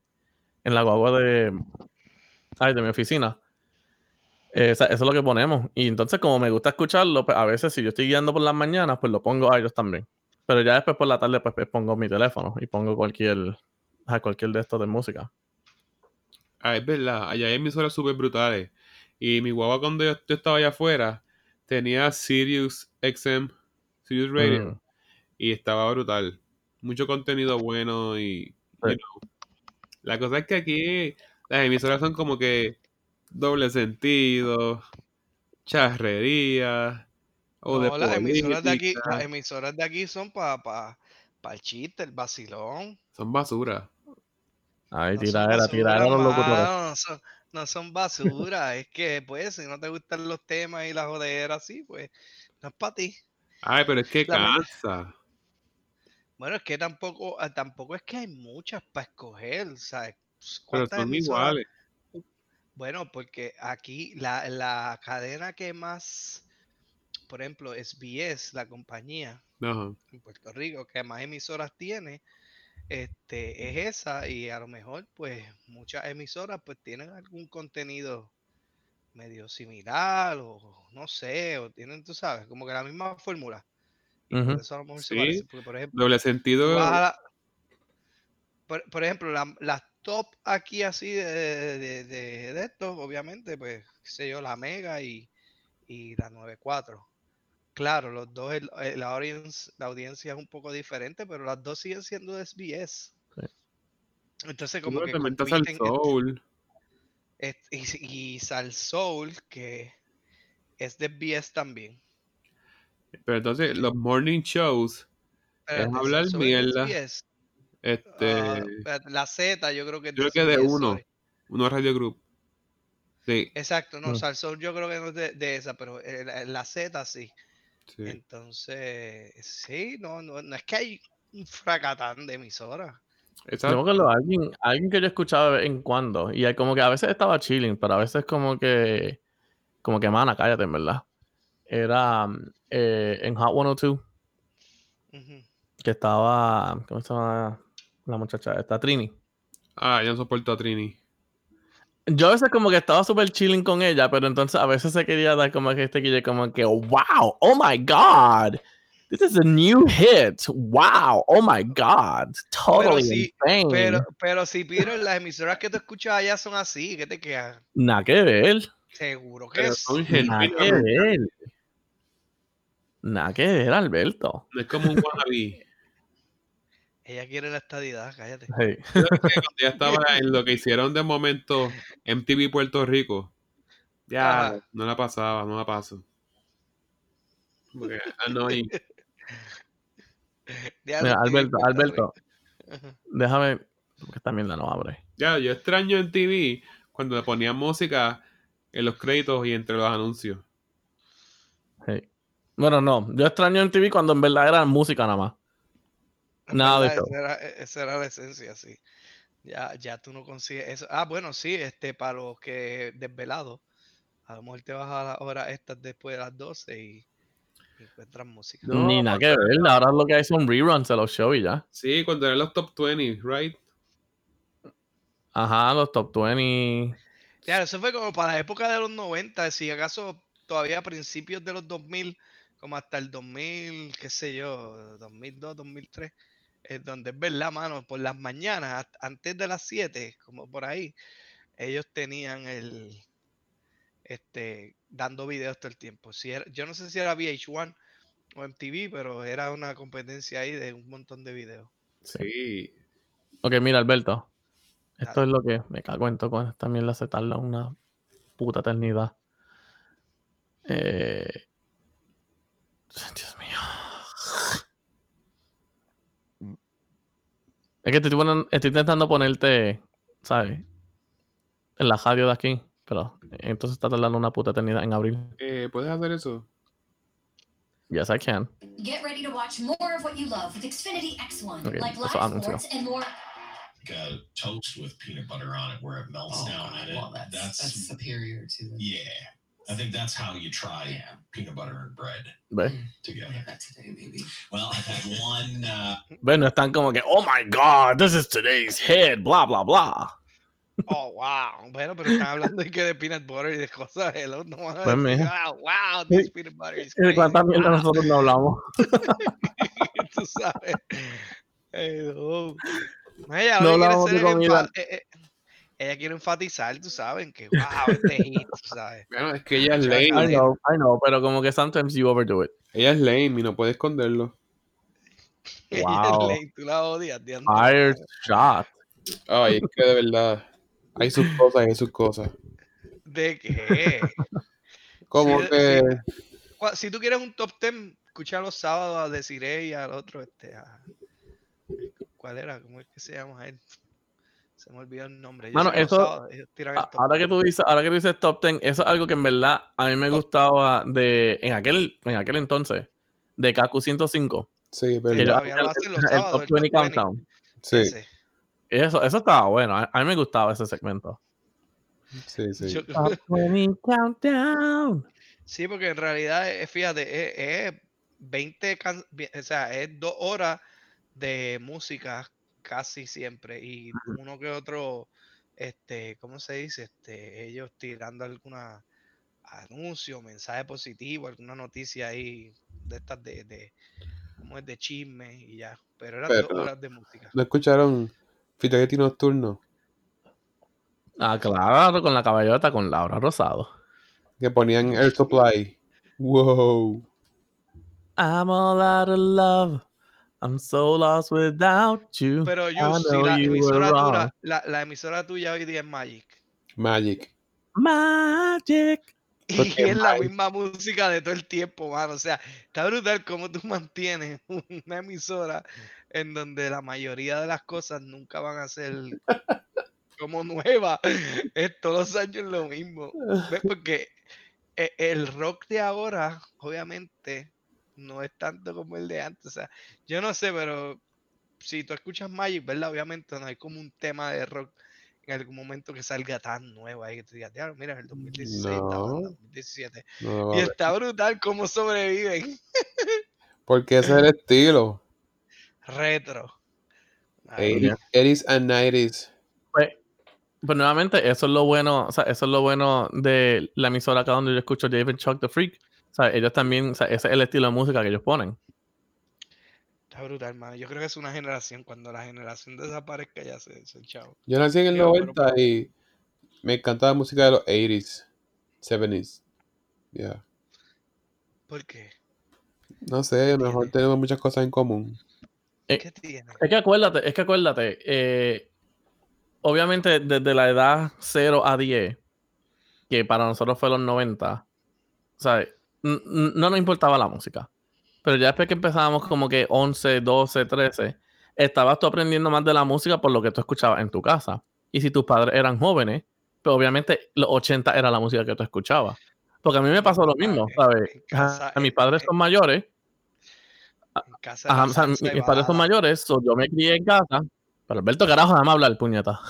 mi oficina. O sea, eso es lo que ponemos. Y entonces, como me gusta escucharlo, pues a veces si yo estoy guiando por las mañanas, pues lo pongo a ellos también. Pero ya después por la tarde, pues pongo mi teléfono y pongo cualquier de estos de música. es verdad, allá hay emisoras súper brutales. Y mi guagua cuando yo estaba allá afuera, tenía Sirius XM, Sirius Radio, Mm, y estaba brutal. Mucho contenido bueno y, you sí. know. La cosa es que aquí las emisoras son como que doble sentido, charrería, o de no, las política. emisoras de aquí son para el chiste, el vacilón. Son basura. Ahí No son tiradera basuras, a los locutores. mano. no son basura, es que pues si no te gustan los temas y la jodera así, pues no es para ti. Ay, pero es que La me- cansa. Bueno, es que tampoco es que hay muchas para escoger, ¿sabes? Pero ¿Cuántas son emisoras? iguales. Bueno, porque aquí la cadena que más, por ejemplo, SBS, la compañía Ajá. en Puerto Rico, que más emisoras tiene, es esa, y a lo mejor pues muchas emisoras pues tienen algún contenido medio similar o no sé, o tienen, tú sabes, como que la misma fórmula y por Ujú. eso a lo mejor se Sí. parece, porque por ejemplo, Doble tú sentido. vas a por ejemplo, las top aquí así de estos, obviamente, pues, qué sé yo, la Mega y la 94. Claro, los dos, la audiencia es un poco diferente, pero las dos siguen siendo de SBS. Sí. Entonces, Sí, como pero que también está el compiten. soul. Y Sal Soul, que es de SBS también. Pero entonces Que, los morning shows es espérate, Sal hablar Soul es de mierda. SBS. Este, Espérate, la Z yo creo que es de creo que de SBS, sorry. uno Radio Group. Sí, Exacto, no, Mm. Sal Soul yo creo que no es de esa, pero la Z sí. sí. Entonces, sí, no es que hay un fracatán de emisoras. Yo me Exacto. acuerdo de alguien que yo escuchaba de vez en cuando. Y como que a veces estaba chilling, pero a veces como que, mana, cállate, en verdad. Era en Hot 102, Ujú. que estaba, ¿cómo se llama la muchacha? Está Trini. Ah, yo no soporto a Trini. Yo a veces como que estaba súper chilling con ella, pero entonces a veces se quería dar como que como que, wow, oh my God. This is a new hit. Wow, oh my God. Pero Totally sí, insane. pero si Peter, las emisoras que tú escuchas allá son así, ¿qué te quedas? Nada que ver. Seguro que Pero son sí. Nada que genuinamente. ver. Nada que ver, Alberto. No es como un wannabe. Ella quiere la estadidad, cállate. Hey. Yo creo que cuando ya estaba en lo que hicieron de momento MTV Puerto Rico, ya Ajá. no la pasaba, no la paso. Porque annoying. Ya Mira, lo estoy en Puerto Rico. Alberto, déjame, porque también la no abre. Ya, yo extraño en TV cuando le ponían música en los créditos y entre los anuncios. Hey. Bueno, no, yo extraño en TV cuando en verdad era música nada más. En Nada de verdad, show. esa era la esencia, sí. Ya tú no consigues eso. Ah, bueno, sí, para los que desvelados, a lo mejor te vas a las horas estas después de las 12 y encuentras música. No, Ni nada que ver. Ahora lo que hay son reruns de los shows y ya. sí, cuando eran los top 20, right? Ajá, los top 20. Claro, eso fue como para la época de los 90, si acaso todavía a principios de los 2000, como hasta el 2000, qué sé yo, 2002, 2003, es donde es verdad, mano, por las mañanas, antes de las 7, como por ahí, ellos tenían dando videos todo el tiempo. Yo no sé si era VH1 o MTV, pero era una competencia ahí de un montón de videos. Sí. Ok, mira, Alberto. Esto Dale. es lo que me cago en todo con esta mierda. Se tarda una puta eternidad. Dios mío. Es que estoy intentando ponerte, ¿sabes? En la radio de aquí. Pero entonces está tardando una puta eternidad en abrir. ¿Puedes hacer eso? Yes, I can. Get ready to watch more of what you love with Xfinity X1, Okay, like that's live what I'm sports and more. A toast with peanut butter on it where it melts down in it. Well, that's superior to the... Yeah. I think that's how you try peanut butter and bread ¿Ves? together. Yeah, today, maybe. Well, I had one. ¿Ves? No están como que, oh my God, this is today's hit, bla, bla, bla. Oh, wow. Bueno, pero están hablando de peanut butter y de cosas. Hello, no van a Pues, decir, mija. wow, this peanut butter is ¿Y de crazy. cuánta mierda Wow. nosotros no hablamos? Tú sabes. No. Ella No lo que quiere hablamos hacer de comida. ella quiere enfatizar, tú sabes, en que wow, este hit, tú sabes. Bueno, es que ella es Mucha lame. I know, pero como que sometimes you overdo it. Ella es lame y no puede esconderlo. Wow. Tú la odias, diantre. Fire shot. Ay, es que de verdad hay sus cosas y hay sus cosas. ¿De qué? Como que Si tú quieres un top 10, escucha los sábados a Desiree y al otro, ¿cuál era? ¿Cómo es que se llama él? Se me olvidó el nombre. Yo Mano, sé que los eso, sábados ellos tiran el top ahora que 10. tú dices top 10, eso es algo que en verdad a mí me gustaba en aquel entonces, de KQ 105. Sí, Sí, verdad. Ellos todavía hacían lo hacen los el sábados, Top el top 20 20. Countdown. Sí, Ese. Eso estaba bueno. A mí me gustaba ese segmento. sí, sí. Yo- Top 20 Countdown. Sí, porque en realidad, fíjate, es 20, o sea, es 2 horas de música casi siempre y uno que otro, ¿cómo se dice? Ellos tirando alguna anuncio, mensaje positivo, alguna noticia ahí de estas ¿cómo es? De chisme y ya. Pero eran 2 Pero horas de música. ¿no escucharon Fidelity Nocturno? Ah, claro, con la caballota, con Laura Rosado. Que ponían Air Supply. Wow. I'm all out of love. I'm so lost without you. Pero I si know la you were emisora wrong. la emisora tuya hoy día es Magic. Magic. Magic. Porque Y es la misma música de todo el tiempo, mano. O sea, está brutal cómo tú mantienes una emisora en donde la mayoría de las cosas nunca van a ser como nuevas. Es todos los años lo mismo. ¿Ves? Porque el rock de ahora, obviamente, no es tanto como el de antes. O sea, yo no sé, pero si tú escuchas Magic, ¿verdad? Obviamente no hay como un tema de rock en algún momento que salga tan nuevo ahí que tú digas, "Diablo, mira, en el 2016 esta banda, No, 2017. no, Y está brutal cómo sobreviven. porque ese es el estilo. Retro. Ay, 80s and 90s. Pues nuevamente, eso es lo bueno, o sea, eso es lo bueno de la emisora acá donde yo escucho David Chuck the Freak. O sea, ellos también, o sea, ese es el estilo de música que ellos ponen. está brutal, mano. Yo creo que es una generación. Cuando la generación desaparezca, ya se chavo. Yo nací en el Digo, 90 y me encantaba la música de los 80s, 70s. Yeah. ¿Por qué? No sé, a lo mejor tenemos muchas cosas en común. ¿Qué tiene? Es que acuérdate, obviamente desde la edad 0 a 10, que para nosotros fue los 90, o sea, no nos importaba la música. Pero ya después que empezábamos como que 11, 12, 13, estabas tú aprendiendo más de la música por lo que tú escuchabas en tu casa. Y si tus padres eran jóvenes, pues obviamente los 80 era la música que tú escuchabas. Porque a mí me pasó lo mismo, ¿sabes? En casa, Mis padres son mayores. en casa Ajá, era o sea, salsa y mis padres son balada. mayores, so yo me crié en casa. Pero Alberto, carajo, déjame hablar, puñeta.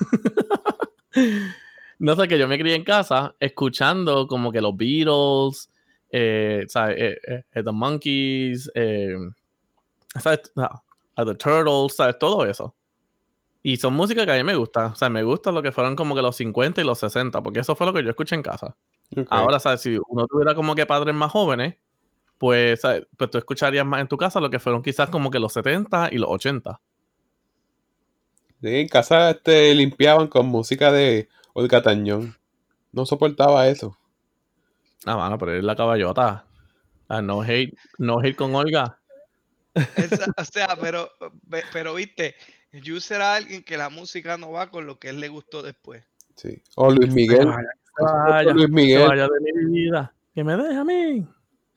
No sé, que yo me crié en casa escuchando como que los Beatles, ¿sabes? The Monkees, ¿sabes? The Turtles, ¿sabes? Todo eso. Y son música que a mí me gusta. O sea, me gusta lo que fueron como que los 50 y los 60, porque eso fue lo que yo escuché en casa. Okay. Ahora, ¿sabes? Si uno tuviera como que padres más jóvenes, pues, ¿sabes? Pues tú escucharías más en tu casa lo que fueron quizás como que los 70 y los 80. Sí, en casa limpiaban con música de Olga Tañón. No soportaba eso. Ah, mano, pero es la caballota. No hate con Olga. O sea, pero viste, Juice era alguien que la música no va con lo que él le gustó después. Sí. O Luis Miguel. Luis Que Miguel. vaya de mi vida. Que me deje a mí.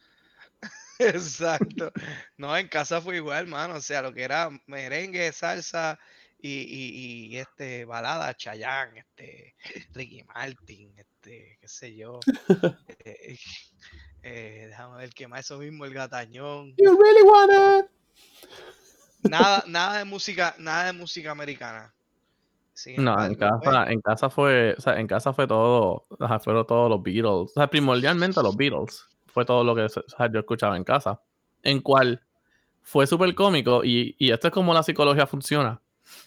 Exacto. No, en casa fue igual, hermano. O sea, lo que era merengue, salsa y balada, Chayanne, Ricky Martin, qué sé yo. Déjame ver qué más, eso mismo, el Gatañón. You really wanna. Nada de música americana. Sin No, embargo, pues, en casa fue, o sea, en casa fue todo, o sea, fueron todos los Beatles. O sea, primordialmente los Beatles. Fue todo lo que, o sea, yo escuchaba en casa. En cual fue súper cómico y esto es como la psicología funciona.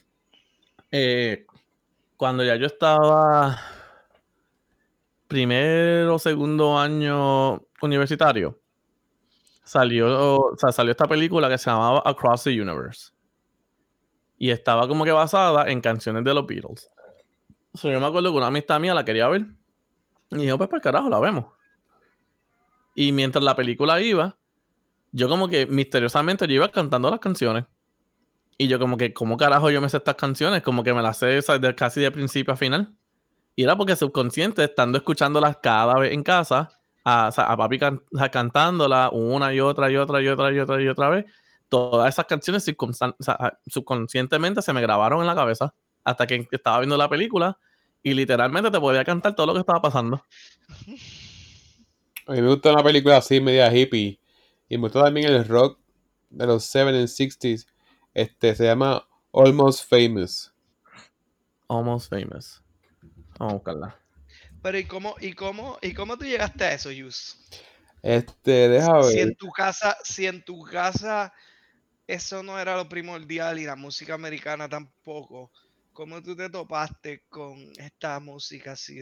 Cuando ya yo estaba primero o segundo año universitario, salió esta película que se llamaba Across the Universe. Y estaba como que basada en canciones de los Beatles. Yo me acuerdo que una amistad mía la quería ver. Y dijo, pues para el carajo, la vemos. Y mientras la película iba, yo como que misteriosamente yo iba cantando las canciones. Y yo como que, ¿cómo carajo yo me sé estas canciones? Como que me las sé, ¿sabes? Casi de principio a final. Y era porque subconsciente, estando escuchándolas cada vez en casa, a papi cantándolas una y otra y otra y otra y otra y otra vez, todas esas canciones subconscientemente se me grabaron en la cabeza. hasta que estaba viendo la película y literalmente te podía cantar todo lo que estaba pasando. A mí me gusta una película así, media hippie. Y me gusta también el rock de los 70s and 60s. Se llama Almost Famous. Almost Famous. Vamos a buscarla. Pero ¿y cómo tú llegaste a eso, Yus? Deja Si ver. en tu casa eso no era lo primordial y la música americana tampoco, ¿cómo tú te topaste con esta música así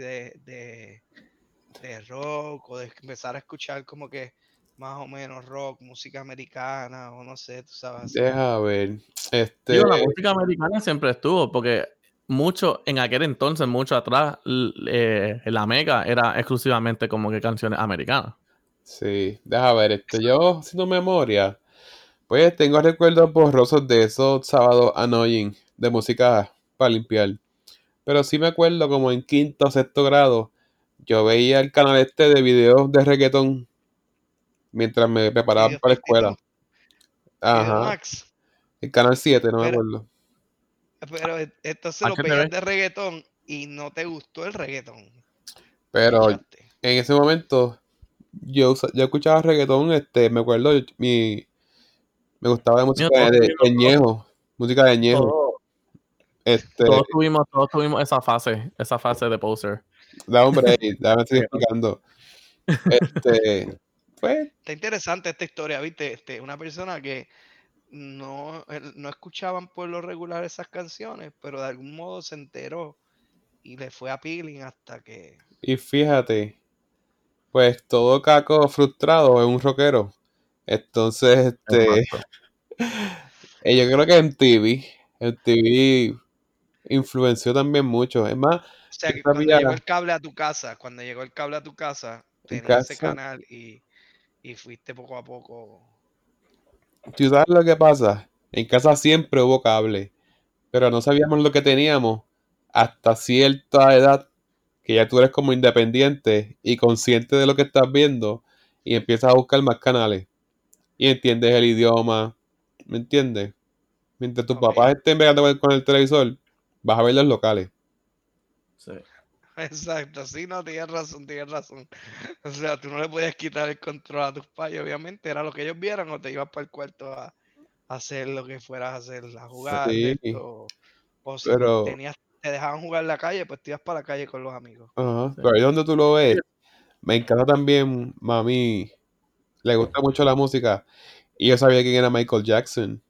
de rock o de empezar a escuchar como que más o menos rock, música americana o no sé, tú sabes así? Deja ver. Digo, la música americana siempre estuvo, porque en aquel entonces, mucho atrás, la Mega era exclusivamente como que canciones americanas. Sí, deja ver. Yo, haciendo memoria, pues tengo recuerdos borrosos de esos sábados annoying de música para limpiar. Pero sí me acuerdo como en quinto o sexto grado, yo veía el canal de videos de reggaetón mientras me preparaba Video para la escuela. Filtito, Video Ajá. Max. El canal 7, no me Pero, acuerdo. pero entonces lo HTV. veías de reggaetón y no te gustó el reggaetón. Pero en Pichaste. ese momento yo escuchaba reggaetón, me acuerdo, me gustaba la Mira, música de Ñejo, música de Ñejo. todos, Este, todos tuvimos esa fase de poser. da hombre, déjame estoy explicando. Pues, Está interesante esta historia, ¿viste? Una persona que no escuchaban por lo regular esas canciones, pero de algún modo se enteró y le fue a peeling hasta que... y fíjate, pues todo caco frustrado es un rockero. Entonces, Exacto. yo creo que MTV influenció también mucho. Es más, O sea, yo que cuando sabía llegó el cable a tu casa, en tenía ese casa. canal y fuiste poco a poco. ¿Tú sabes lo que pasa? En casa siempre hubo cable, pero no sabíamos lo que teníamos hasta cierta edad que ya tú eres como independiente y consciente de lo que estás viendo y empiezas a buscar más canales y entiendes el idioma, ¿me entiendes? Mientras tus Ok. papás estén pegando con el televisor, vas a ver los locales. Sí. Exacto, sí, no, tienes razón, tienes razón. O sea, tú no le podías quitar el control a tus padres, obviamente, era lo que ellos vieran o te ibas para el cuarto a hacer lo que fueras a hacer, a jugar de Sí, esto. O si pero, te dejaban jugar en la calle, pues te ibas para la calle con los amigos. ajá, Sí. pero ahí donde tú lo ves, me encanta también, mami, le gusta mucho la música y yo sabía quién era Michael Jackson.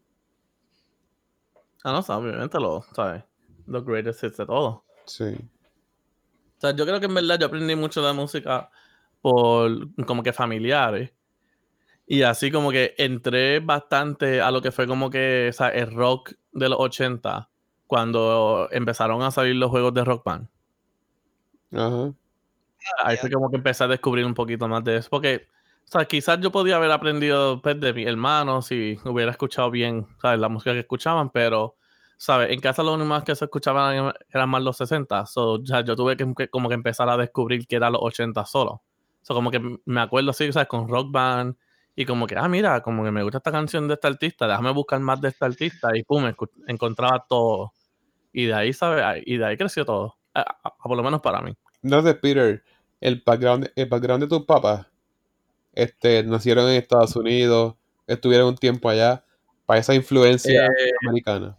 No, obviamente ¿sabes? Los greatest hits de todo. Sí. O sea, yo creo que en verdad yo aprendí mucho de música por como que familiares. Y así como que entré bastante a lo que fue como que, o sea, el rock de los 80 cuando empezaron a salir los juegos de Rock Band. Ajá. Ahí fue como que empecé a descubrir un poquito más de eso. Porque, o sea, quizás yo podía haber aprendido pues, de mis hermanos si hubiera escuchado bien, ¿sabes? La música que escuchaban, pero, ¿sabes? En casa lo único más que se escuchaban eran más los 60. So, ya yo tuve que como que empezar a descubrir que era los 80 solo. So, como que me acuerdo así, ¿sabes? Con Rock Band y como que, mira, como que me gusta esta canción de este artista, déjame buscar más de este artista y pum, encontraba todo. Y de ahí, ¿sabes? Y de ahí creció todo. Por lo menos para mí. Entonces, Peter, el background de tus papás, nacieron en Estados Unidos, estuvieron un tiempo allá, para esa influencia americana.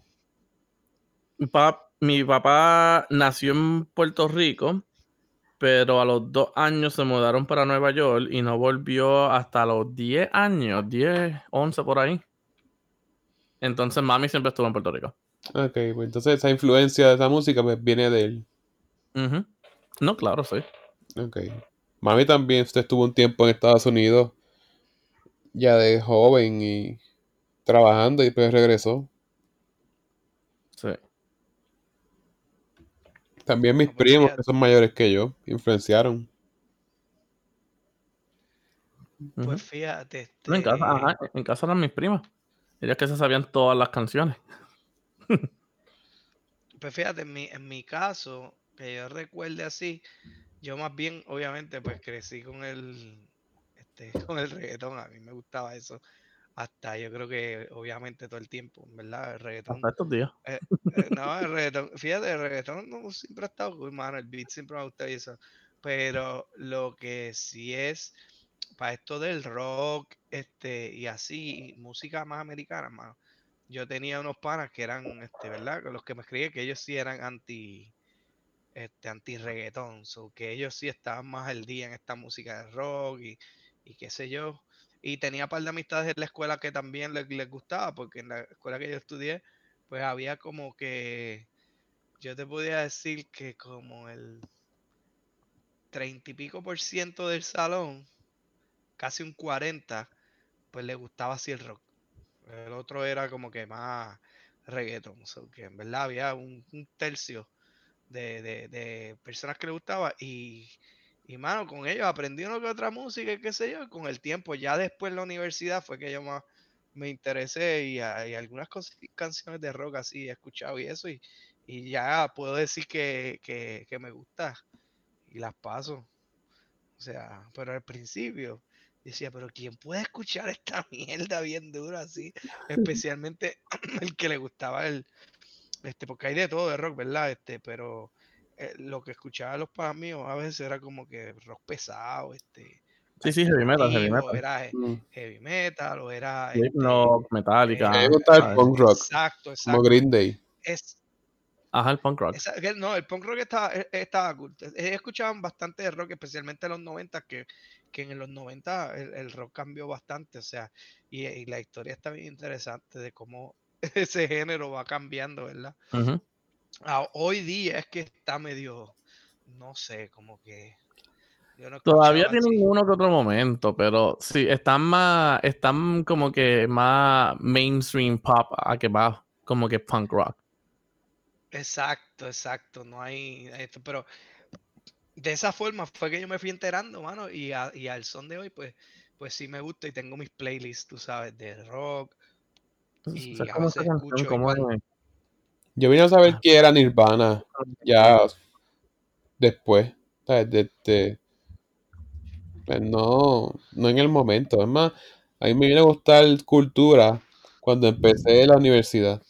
Mi papá nació en Puerto Rico, pero a los 2 años se mudaron para Nueva York y no volvió hasta los 10 años, 10, 11 por ahí. Entonces mami siempre estuvo en Puerto Rico. Ok, pues entonces esa influencia de esa música pues viene de él. Ujú. No, claro, sí. Ok. Mami también, usted estuvo un tiempo en Estados Unidos, ya de joven y trabajando y pues regresó. Sí. También mis No, pues primos, que fíjate, son mayores que yo, influenciaron. Ujú. No, en casa, ajá, en casa eran mis primas. Ellas que se sabían todas las canciones. pues fíjate, en mi caso, que yo recuerde así, yo más bien, obviamente, pues crecí con el reggaetón, a mí me gustaba eso. hasta yo creo que obviamente todo el tiempo, ¿verdad? El reggaetón. Hasta estos días. No, el reggaetón, fíjate, el reggaetón no, siempre ha estado cool, mano, el beat siempre me ha gustado y eso. Pero lo que sí es, para esto del rock, y así, música más americana, mano. Yo tenía unos panas que eran, ¿verdad? Con los que me escribí que ellos sí eran anti reggaetón, so que ellos sí estaban más al día en esta música de rock y qué sé yo. Y tenía un par de amistades en la escuela que también les gustaba, porque en la escuela que yo estudié, pues había como que, yo te podía decir que como el 30 y pico por ciento del salón, casi un 40, pues le gustaba así el rock. El otro era como que más reggaeton, so que en verdad había un tercio de personas que le gustaba y mano, con ellos aprendí una que otra música y qué sé yo, y con el tiempo, ya después en la universidad fue que yo más me interesé y algunas canciones de rock así he escuchado y eso, y ya puedo decir que me gusta y las paso. O sea, pero al principio decía, pero ¿quién puede escuchar esta mierda bien dura así? Especialmente el que le gustaba porque hay de todo de rock, ¿verdad? Pero lo que escuchaba los padres míos a veces era como que rock pesado, Sí, heavy metal, heavy alternativo, metal. era heavy metal, o era No, A Metallica. mí me gusta el ¿sabes? punk rock, exacto, como Green Day. Ajá, el punk rock. No, el punk rock estaba cool. Escuchaban bastante de rock, especialmente en los 90, que en los 90 el rock cambió bastante, o sea, y la historia está bien interesante de cómo ese género va cambiando, ¿verdad? Ujú. Hoy día es que está medio, no sé, como que yo no Todavía escuchaba tienen así. uno que otro momento, pero sí, están como que más mainstream pop a que va como que punk rock. Exacto, no hay esto, pero de esa forma fue que yo me fui enterando, mano, y al son de hoy, pues sí me gusta y tengo mis playlists, tú sabes, de rock Es y a como esa veces canción, escucho como igual. Yo vine a saber qué era Nirvana ya después, ¿sabes? Pues no en el momento. Es más, a mí me viene a gustar cultura cuando empecé la universidad.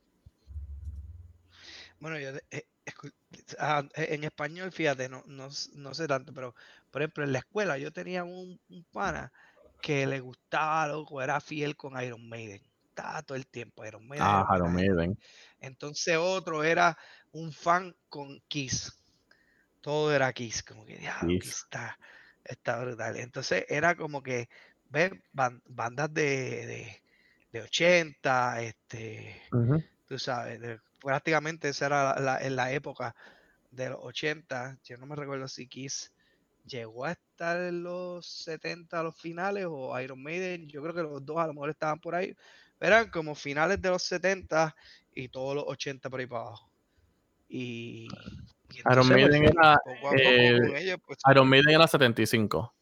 Bueno, yo en español, fíjate, no sé tanto, pero por ejemplo, en la escuela yo tenía un pana que le gustaba, loco, era fiel con Iron Maiden. Estaba todo el tiempo, Iron Maiden, Ah, Iron Maiden, Iron Iron Maiden. Maiden. Entonces otro era un fan con Kiss. Todo era Kiss, como que diablo, Kiss. Kiss está brutal. Entonces era como que ver bandas de 80, Ujú. tú sabes, prácticamente esa era en la época de los 80. Yo no me recuerdo si Kiss llegó a estar en los 70 a los finales o Iron Maiden. Yo creo que los dos a lo mejor estaban por ahí. Eran como finales de los 70 y todos los 80 por ahí para abajo. Y Iron entonces, pues, Maiden era poco a poco con ellos, pues, Iron Maiden era 75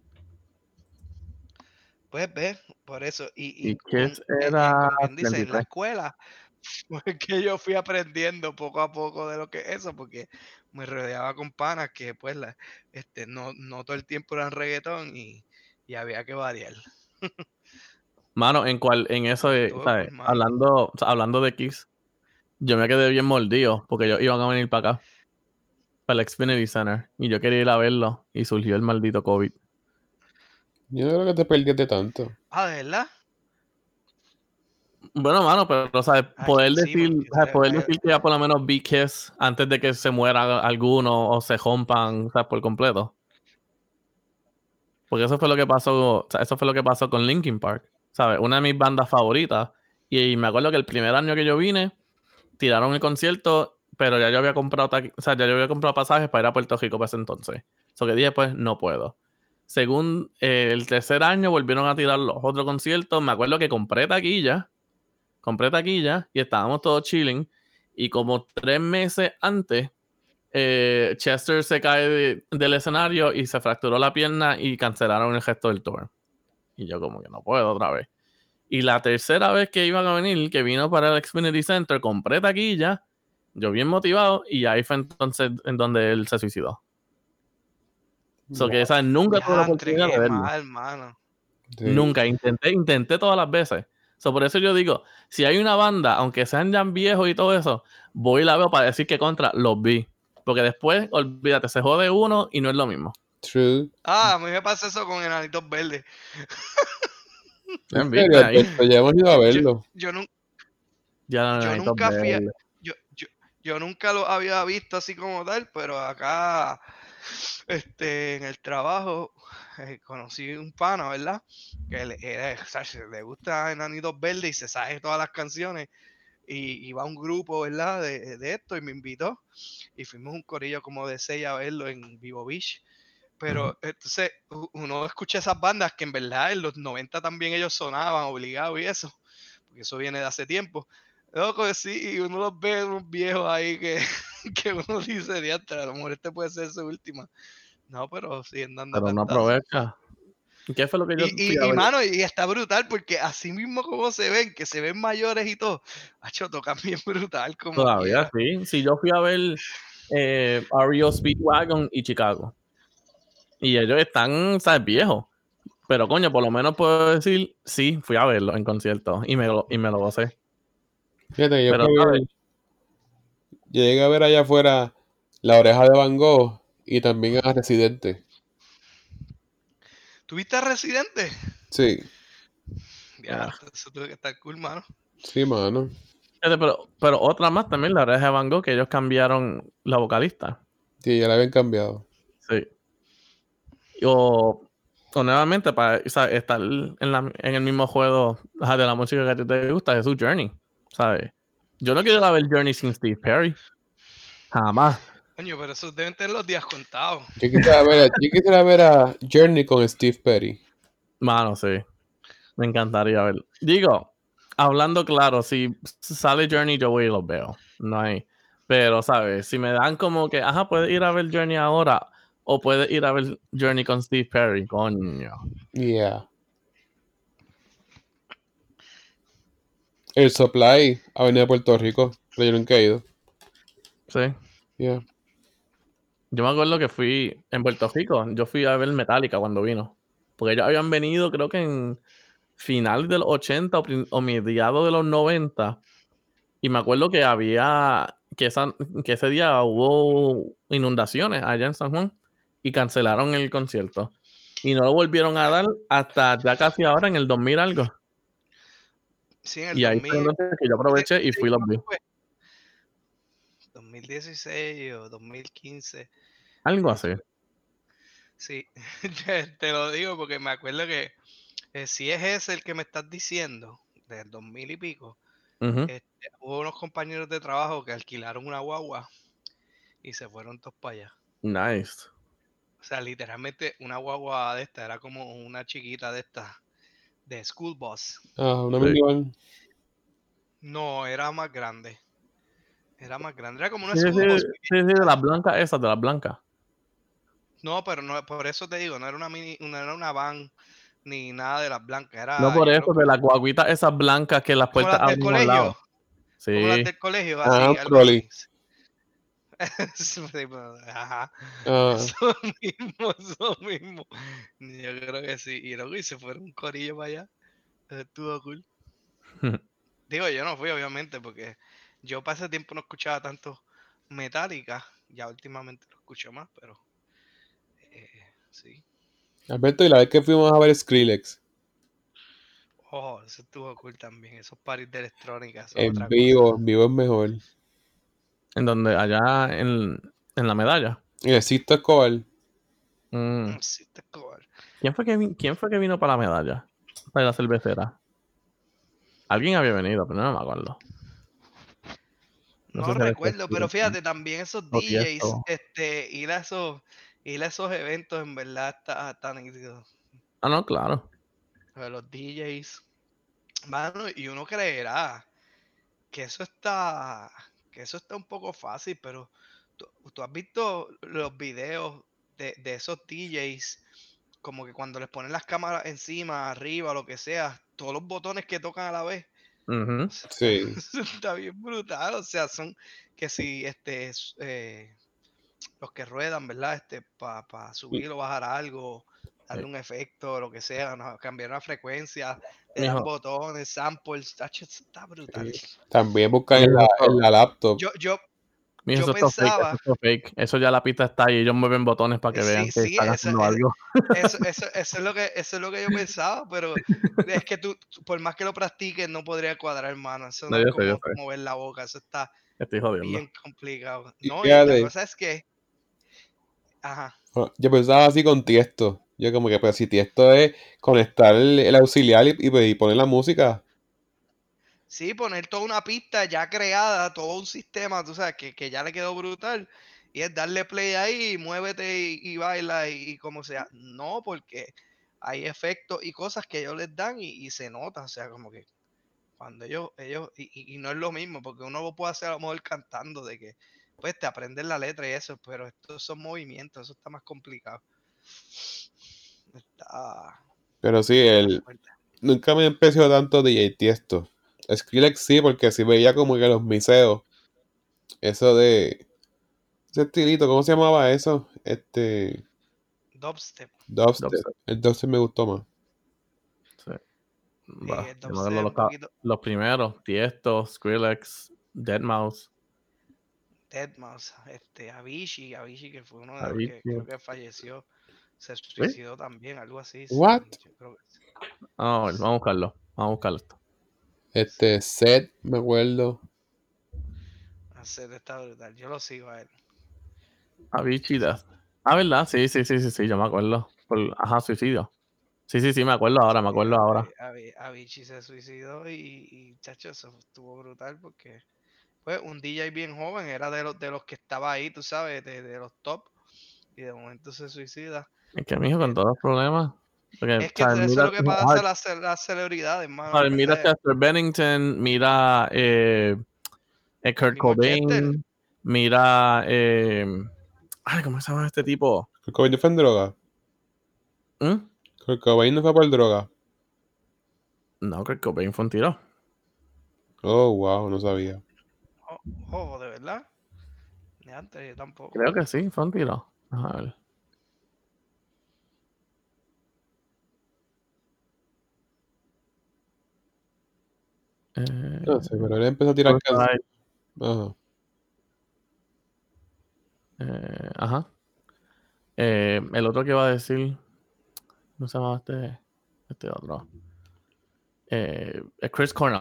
puedes ver por eso. y Kiss era Como quien dice, en la 73. escuela, fue que yo fui aprendiendo poco a poco de lo que es eso, porque me rodeaba con panas que, pues, no todo el tiempo eran reggaetón y había que variar. Mano, en eso, Estuvo ¿sabes? cool, mano. Hablando de Kiss, yo me quedé bien mordido porque ellos iban a venir para acá, para el Xfinity Center, y yo quería ir a verlo y surgió el maldito COVID. Yo no creo que te perdiste tanto. ¿De verdad? Bueno, mano, pero ¿sabes? Sí, porque Poder decir que ya por lo menos vi Kiss antes de que se muera alguno o se rompan, ¿sabes? Por completo. Porque eso fue lo que pasó, o sea, eso fue lo que pasó con Linkin Park, ¿sabes? Una de mis bandas favoritas. Y me acuerdo que el primer año que yo vine, tiraron el concierto, pero ya yo había comprado, o sea, ya yo había comprado pasajes para ir a Puerto Rico para ese entonces. Eso que dije, pues, no puedo. Según el tercer año, volvieron a tirar los otros conciertos. Me acuerdo que compré taquilla y estábamos todos chilling. Y como 3 meses antes, Chester se cae del escenario y se fracturó la pierna y cancelaron el resto del tour. Y yo como que no puedo otra vez. Y la tercera vez que iban a venir, que vino para el Xfinity Center, compré taquilla, yo bien motivado, y ahí fue entonces en donde él se suicidó. So que esa nunca tuve la Diantre, oportunidad de qué verlo. mal, mano. Sí. Nunca. Intenté todas las veces. So, por eso yo digo, si hay una banda, aunque sean ya viejos y todo eso, voy y la veo para decir que contra los vi. Porque después, olvídate, se jode uno y no es lo mismo. True. A mí me pasa eso con Enanitos Verdes. En ¿Viste serio, ahí? pues ya hemos ido a verlo. Yo, nun- Ya yo no nunca fui a- yo nunca lo había visto así como tal, pero acá en el trabajo conocí un pana, ¿verdad? Que le gusta Enanitos Verdes y se sabe todas las canciones. Y va un grupo, ¿verdad? De esto y me invitó. Y fuimos un corillo como de 6 a verlo en Vivo Beach. Pero entonces uno escucha esas bandas que en verdad en los 90 también ellos sonaban obligados y eso. Porque eso viene de hace tiempo. Loco, sí, y uno los ve unos viejos ahí que, que uno dice, diantre, a lo mejor este puede ser su última. No, pero siguen dando Pero no cantazos. aprovecha. ¿Qué fue lo que yo fui a ver? Mano, y está brutal porque así mismo como se ven, que se ven mayores y todo, macho, tocan bien brutal como Todavía quiera. sí. Sí, yo fui a ver REO Speedwagon y Chicago. Y ellos están, ¿sabes? Viejos. Pero coño, por lo menos puedo decir, sí, fui a verlo en concierto y me lo gocé. Fíjate, Pero, ¿sabes? yo llegué a ver allá afuera La Oreja de Van Gogh y también a Residente. ¿Tuviste a Residente? Sí, Ya, eso tuvo que estar cool, mano. sí, mano. Pero otra más también, la oreja de Van Gogh, que ellos cambiaron la vocalista. Sí, ya la habían cambiado. Sí. O nuevamente, para estar en el mismo juego de la música que a ti te gusta, es su Journey, ¿sabes? Yo no quiero ir a ver Journey sin Steve Perry. Jamás. Coño, pero eso deben tener los días contados. Yo quisiera ver a Journey con Steve Perry. Mano, sí. Me encantaría verlo. Digo, hablando claro, si sale Journey, yo voy y los veo. No hay. Pero, ¿sabes? Si me dan como que, ajá, puedes ir a ver Journey ahora o puedes ir a ver Journey con Steve Perry, coño. Yeah. El Supply, Avenida Puerto Rico, pero yo nunca he ido. Sí. Yeah. Yo me acuerdo que fui en Puerto Rico, yo fui a ver Metallica cuando vino. Porque ellos habían venido, creo que en finales de los 80 o mediados de los 90. Y me acuerdo que que ese día hubo inundaciones allá en San Juan y cancelaron el concierto. Y no lo volvieron a dar hasta ya casi ahora en el 2000 algo. Sí, en el Y ahí fue 2000, entonces que yo aproveché y fui y los vi. 2016 o 2015. Algo así. Sí, te lo digo porque me acuerdo que si es ese el que me estás diciendo, del 2000 y pico, Ujú. hubo unos compañeros de trabajo que alquilaron una guagua y se fueron todos para allá. Nice. O sea, literalmente una guagua de esta, era como una chiquita de esta, de school bus. Ah, una Sí. minivan. No, era más grande. Era más grande, era como una Sí, school bus. de las blancas esas, de las blancas. No, pero no, por eso te digo, no era no era una van ni nada de las blancas, No era, por yo eso, creo de que las guaguitas esas blancas que las como puertas las del abren a un lado. colegio, como las Sí. del colegio, Ah, así, algo trolley. así. Sí, pues, ajá. Ah, Eso mismo. Yo creo que sí. Y luego y se fueron un corillo para allá. Estuvo cool. Digo, yo no fui, obviamente, porque yo para ese tiempo no escuchaba tanto Metallica. Ya últimamente lo escucho más, pero sí. Alberto, y la vez que fuimos a ver Skrillex Oh, eso estuvo cool también. Esos parties de electrónica, eso es en otra vivo, cosa. en vivo es mejor. En donde, allá en la medalla. Y el Sisto Escobar. Mm. Sí, está cool. ¿Quién fue que vino para la medalla? Para la cervecera. Alguien había venido, pero no me acuerdo. No sé No si era recuerdo, pero fíjate, también esos o DJs, Tiesto. ir a esos eventos en verdad está nítido. Ah, no, claro. Los DJs, mano, y uno creerá que eso está un poco fácil, pero tú has visto los videos de esos DJs, como que cuando les ponen las cámaras encima, arriba, lo que sea, todos los botones que tocan a la vez. Ujú. O sea, Sí. está bien brutal, o sea, son que si los que ruedan, ¿verdad? Para subir o bajar algo, darle un efecto o lo que sea, ¿no? Cambiar una frecuencia, le Mijo. dan botones, samples, tacho, eso está brutal. También buscan Mijo, en la laptop. mijo, Yo eso es todo fake, eso pensaba, es todo fake. Eso ya la pista está ahí, ellos mueven botones para que vean que sí, están haciendo algo. eso es lo que yo pensaba, pero es que tú, por más que lo practiques, no podría cuadrar, hermano. Eso no No, es yo sé, yo como sé. mover la boca, eso está Estoy jodiendo. bien complicado. Y No, y la fíjate, cosa es que, ajá, yo pensaba así con Tiesto. Yo como que, pues si Tiesto es conectar el auxiliar y poner la música. sí, poner toda una pista ya creada, todo un sistema, tú sabes, que ya le quedó brutal. Y es darle play ahí, muévete y baila y como sea. No, porque hay efectos y cosas que ellos les dan y se nota, o sea, como que cuando y no es lo mismo, porque uno lo puede hacer a lo mejor cantando, de que pues te aprendes la letra y eso, pero estos son movimientos, eso está más complicado. Está, Pero sí, está fuerte. nunca me impresionó tanto DJ Tiesto. Skrillex sí, porque sí veía como que los miseos. Eso de... Ese estilito, ¿cómo se llamaba eso? Dubstep. Dubstep. Dubstep. El dubstep me gustó más. Sí. Sí, Va, el yo me dubstep acuerdo es un poquito. los primeros, Tiesto, Skrillex, Deadmau5, Deadmau5, Avicii, que fue uno de los que Avicii. creo que falleció, se ¿Sí? suicidó también, algo así, sí, What? yo creo que sí. Vamos a ver, vamos a buscarlo. Vamos a buscarlo esto. Seth, me acuerdo. Ese está brutal, yo lo sigo a él. Avicii Death. Ah, ¿verdad? Sí, yo me acuerdo. Ajá, suicidio. Sí, me acuerdo ahora, me acuerdo ahora. Avicii se suicidó y chacho, eso estuvo brutal porque pues un DJ bien joven, era de los que estaba ahí, tú sabes, de los top, y de momento se suicida. Es que, mijo, con todos los problemas. Porque, Es que ¿sabes? eso es Mira, lo que pasa a las celebridades, hermano, ¿sabes? en Mira verdad. Chester Bennington, mira Kurt Mismo Chester, Cobain, mira. Ay, ¿cómo se llama este tipo? Kurt Cobain no fue en droga. ¿Mm? Kurt Cobain no fue por droga. No, Kurt Cobain fue un tiro. Oh, wow, no sabía. de verdad. Ni antes, yo tampoco. Creo que sí, fue un tiro. A ver. No sé, pero él empezó a tirar Kurt canciones. Cobain, Ajá. ajá. El otro que iba a decir, no se llama este otro. Chris Cornell.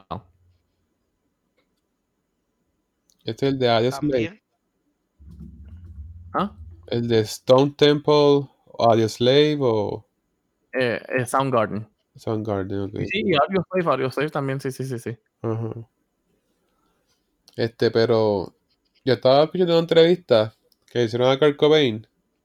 Este es el de Audioslave. También. ¿Ah? El de Stone Temple, Audioslave o Soundgarden. Soundgarden, ok. Sí, Audioslave también, sí. Ajá. Pero yo estaba escuchando una entrevista que hicieron a Kurt Cobain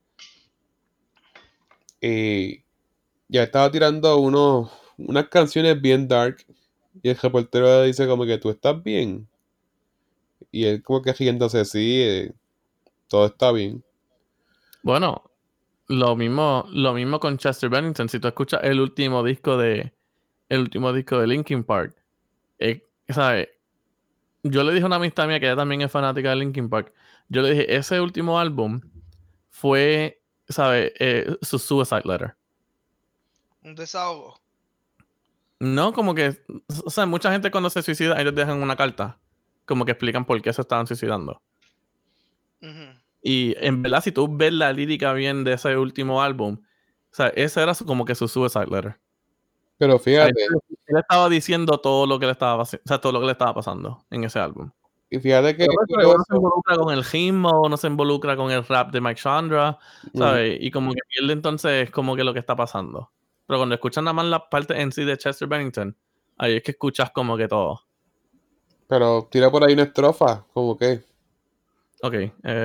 y ya estaba tirando unas canciones bien dark y el reportero dice como que tú estás bien y él como que riéndose así, todo está bien. Bueno, lo mismo con Chester Bennington. Si tú escuchas el último disco de Linkin Park, ¿sabes? Yo le dije a una amistad mía que ella también es fanática de Linkin Park. Yo le dije, ese último álbum fue, ¿sabes? Su Suicide Letter. Un desahogo. No, como que, o sea, mucha gente cuando se suicida, ellos dejan una carta, como que explican por qué se estaban suicidando. Ujú. Y en verdad, si tú ves la lírica bien de ese último álbum, o sea, ese era como que su Suicide Letter. Pero O sea, fíjate, él estaba diciendo todo lo que le estaba pasando, o sea, todo lo que le estaba pasando en ese álbum. y fíjate que Pero es pues, uno se curioso. involucra con el ritmo, no se involucra con el rap de Mike Chandra, ¿sabes? Y como que pierde entonces como que lo que está pasando. Pero cuando escuchas nada más la parte en sí de Chester Bennington, ahí es que escuchas como que todo. Pero tira por ahí una estrofa, como que. Ok,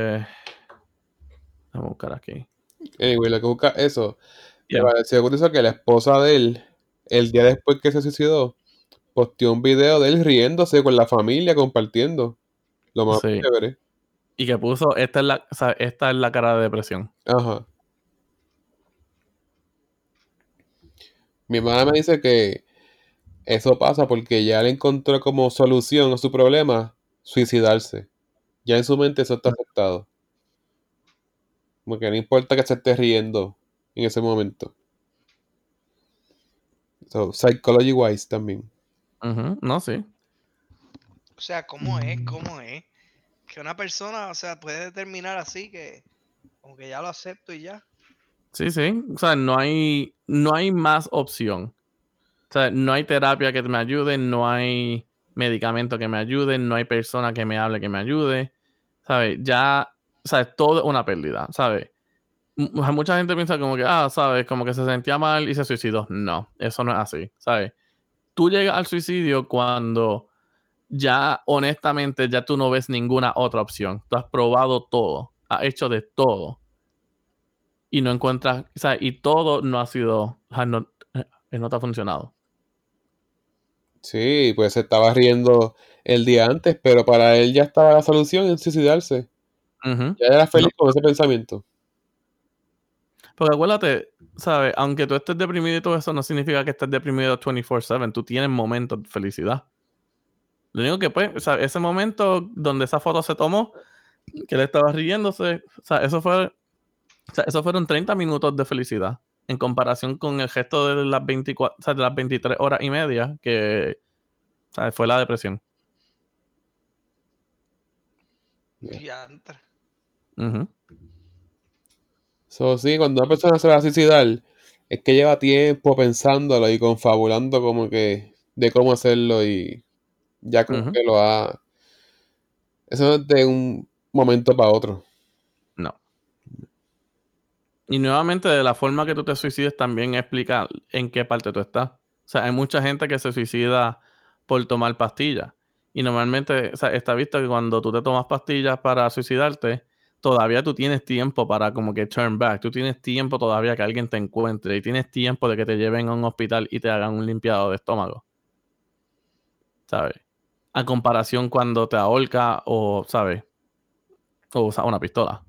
vamos a buscar aquí. Anyway, lo que busca eso. Me Yeah. pareció curioso que la esposa de él, el día después que se suicidó, posteó un video de él riéndose con la familia, compartiendo. Lo más Sí. chévere. Y que puso, esta es la cara de depresión. Ajá. Mi hermana me dice que eso pasa porque ya le encontró como solución a su problema suicidarse. Ya en su mente eso está aceptado. Como que no importa que se esté riendo en ese momento. So, psychology wise también. No, sí. O sea, ¿cómo es? Que una persona, o sea, puede determinar así que como que ya lo acepto y ya. Sí, sí. O sea, no hay más opción. O sea, no hay terapia que me ayude, no hay medicamento que me ayude, no hay persona que me hable que me ayude. ¿Sabes? Ya, ¿sabes? Todo es una pérdida, ¿sabes? Mucha gente piensa como que, ¿sabes? Como que se sentía mal y se suicidó. No, eso no es así, ¿sabes? Tú llegas al suicidio cuando ya, honestamente, ya tú no ves ninguna otra opción. Tú has probado todo, has hecho de todo y no encuentras, ¿sabes? Y todo no ha sido, no te ha funcionado. Sí, pues se estaba riendo el día antes, pero para él ya estaba la solución en suicidarse. Ya era feliz con ese pensamiento. Porque acuérdate, ¿sabes? Aunque tú estés deprimido y todo eso, no significa que estés deprimido 24/7. Tú tienes momentos de felicidad. Lo único que, pues, o sea, ese momento donde esa foto se tomó, que él estaba riéndose, o sea, eso fueron 30 minutos de felicidad en comparación con el gesto de las 24, o sea, de las 23 horas y media que, o sea, fue la depresión. Diantre. So, sí, cuando una persona se va a suicidar, es que lleva tiempo pensándolo y confabulando como que de cómo hacerlo y ya como que lo ha... Eso no es de un momento para otro. No. Y nuevamente, de la forma que tú te suicides también explica en qué parte tú estás. O sea, hay mucha gente que se suicida por tomar pastillas. Y normalmente, o sea, está visto que cuando tú te tomas pastillas para suicidarte, todavía tú tienes tiempo para como que turn back. Tú tienes tiempo todavía que alguien te encuentre. Y tienes tiempo de que te lleven a un hospital y te hagan un limpiado de estómago. ¿Sabes? A comparación cuando te ahorca o, ¿sabes? O usas una pistola.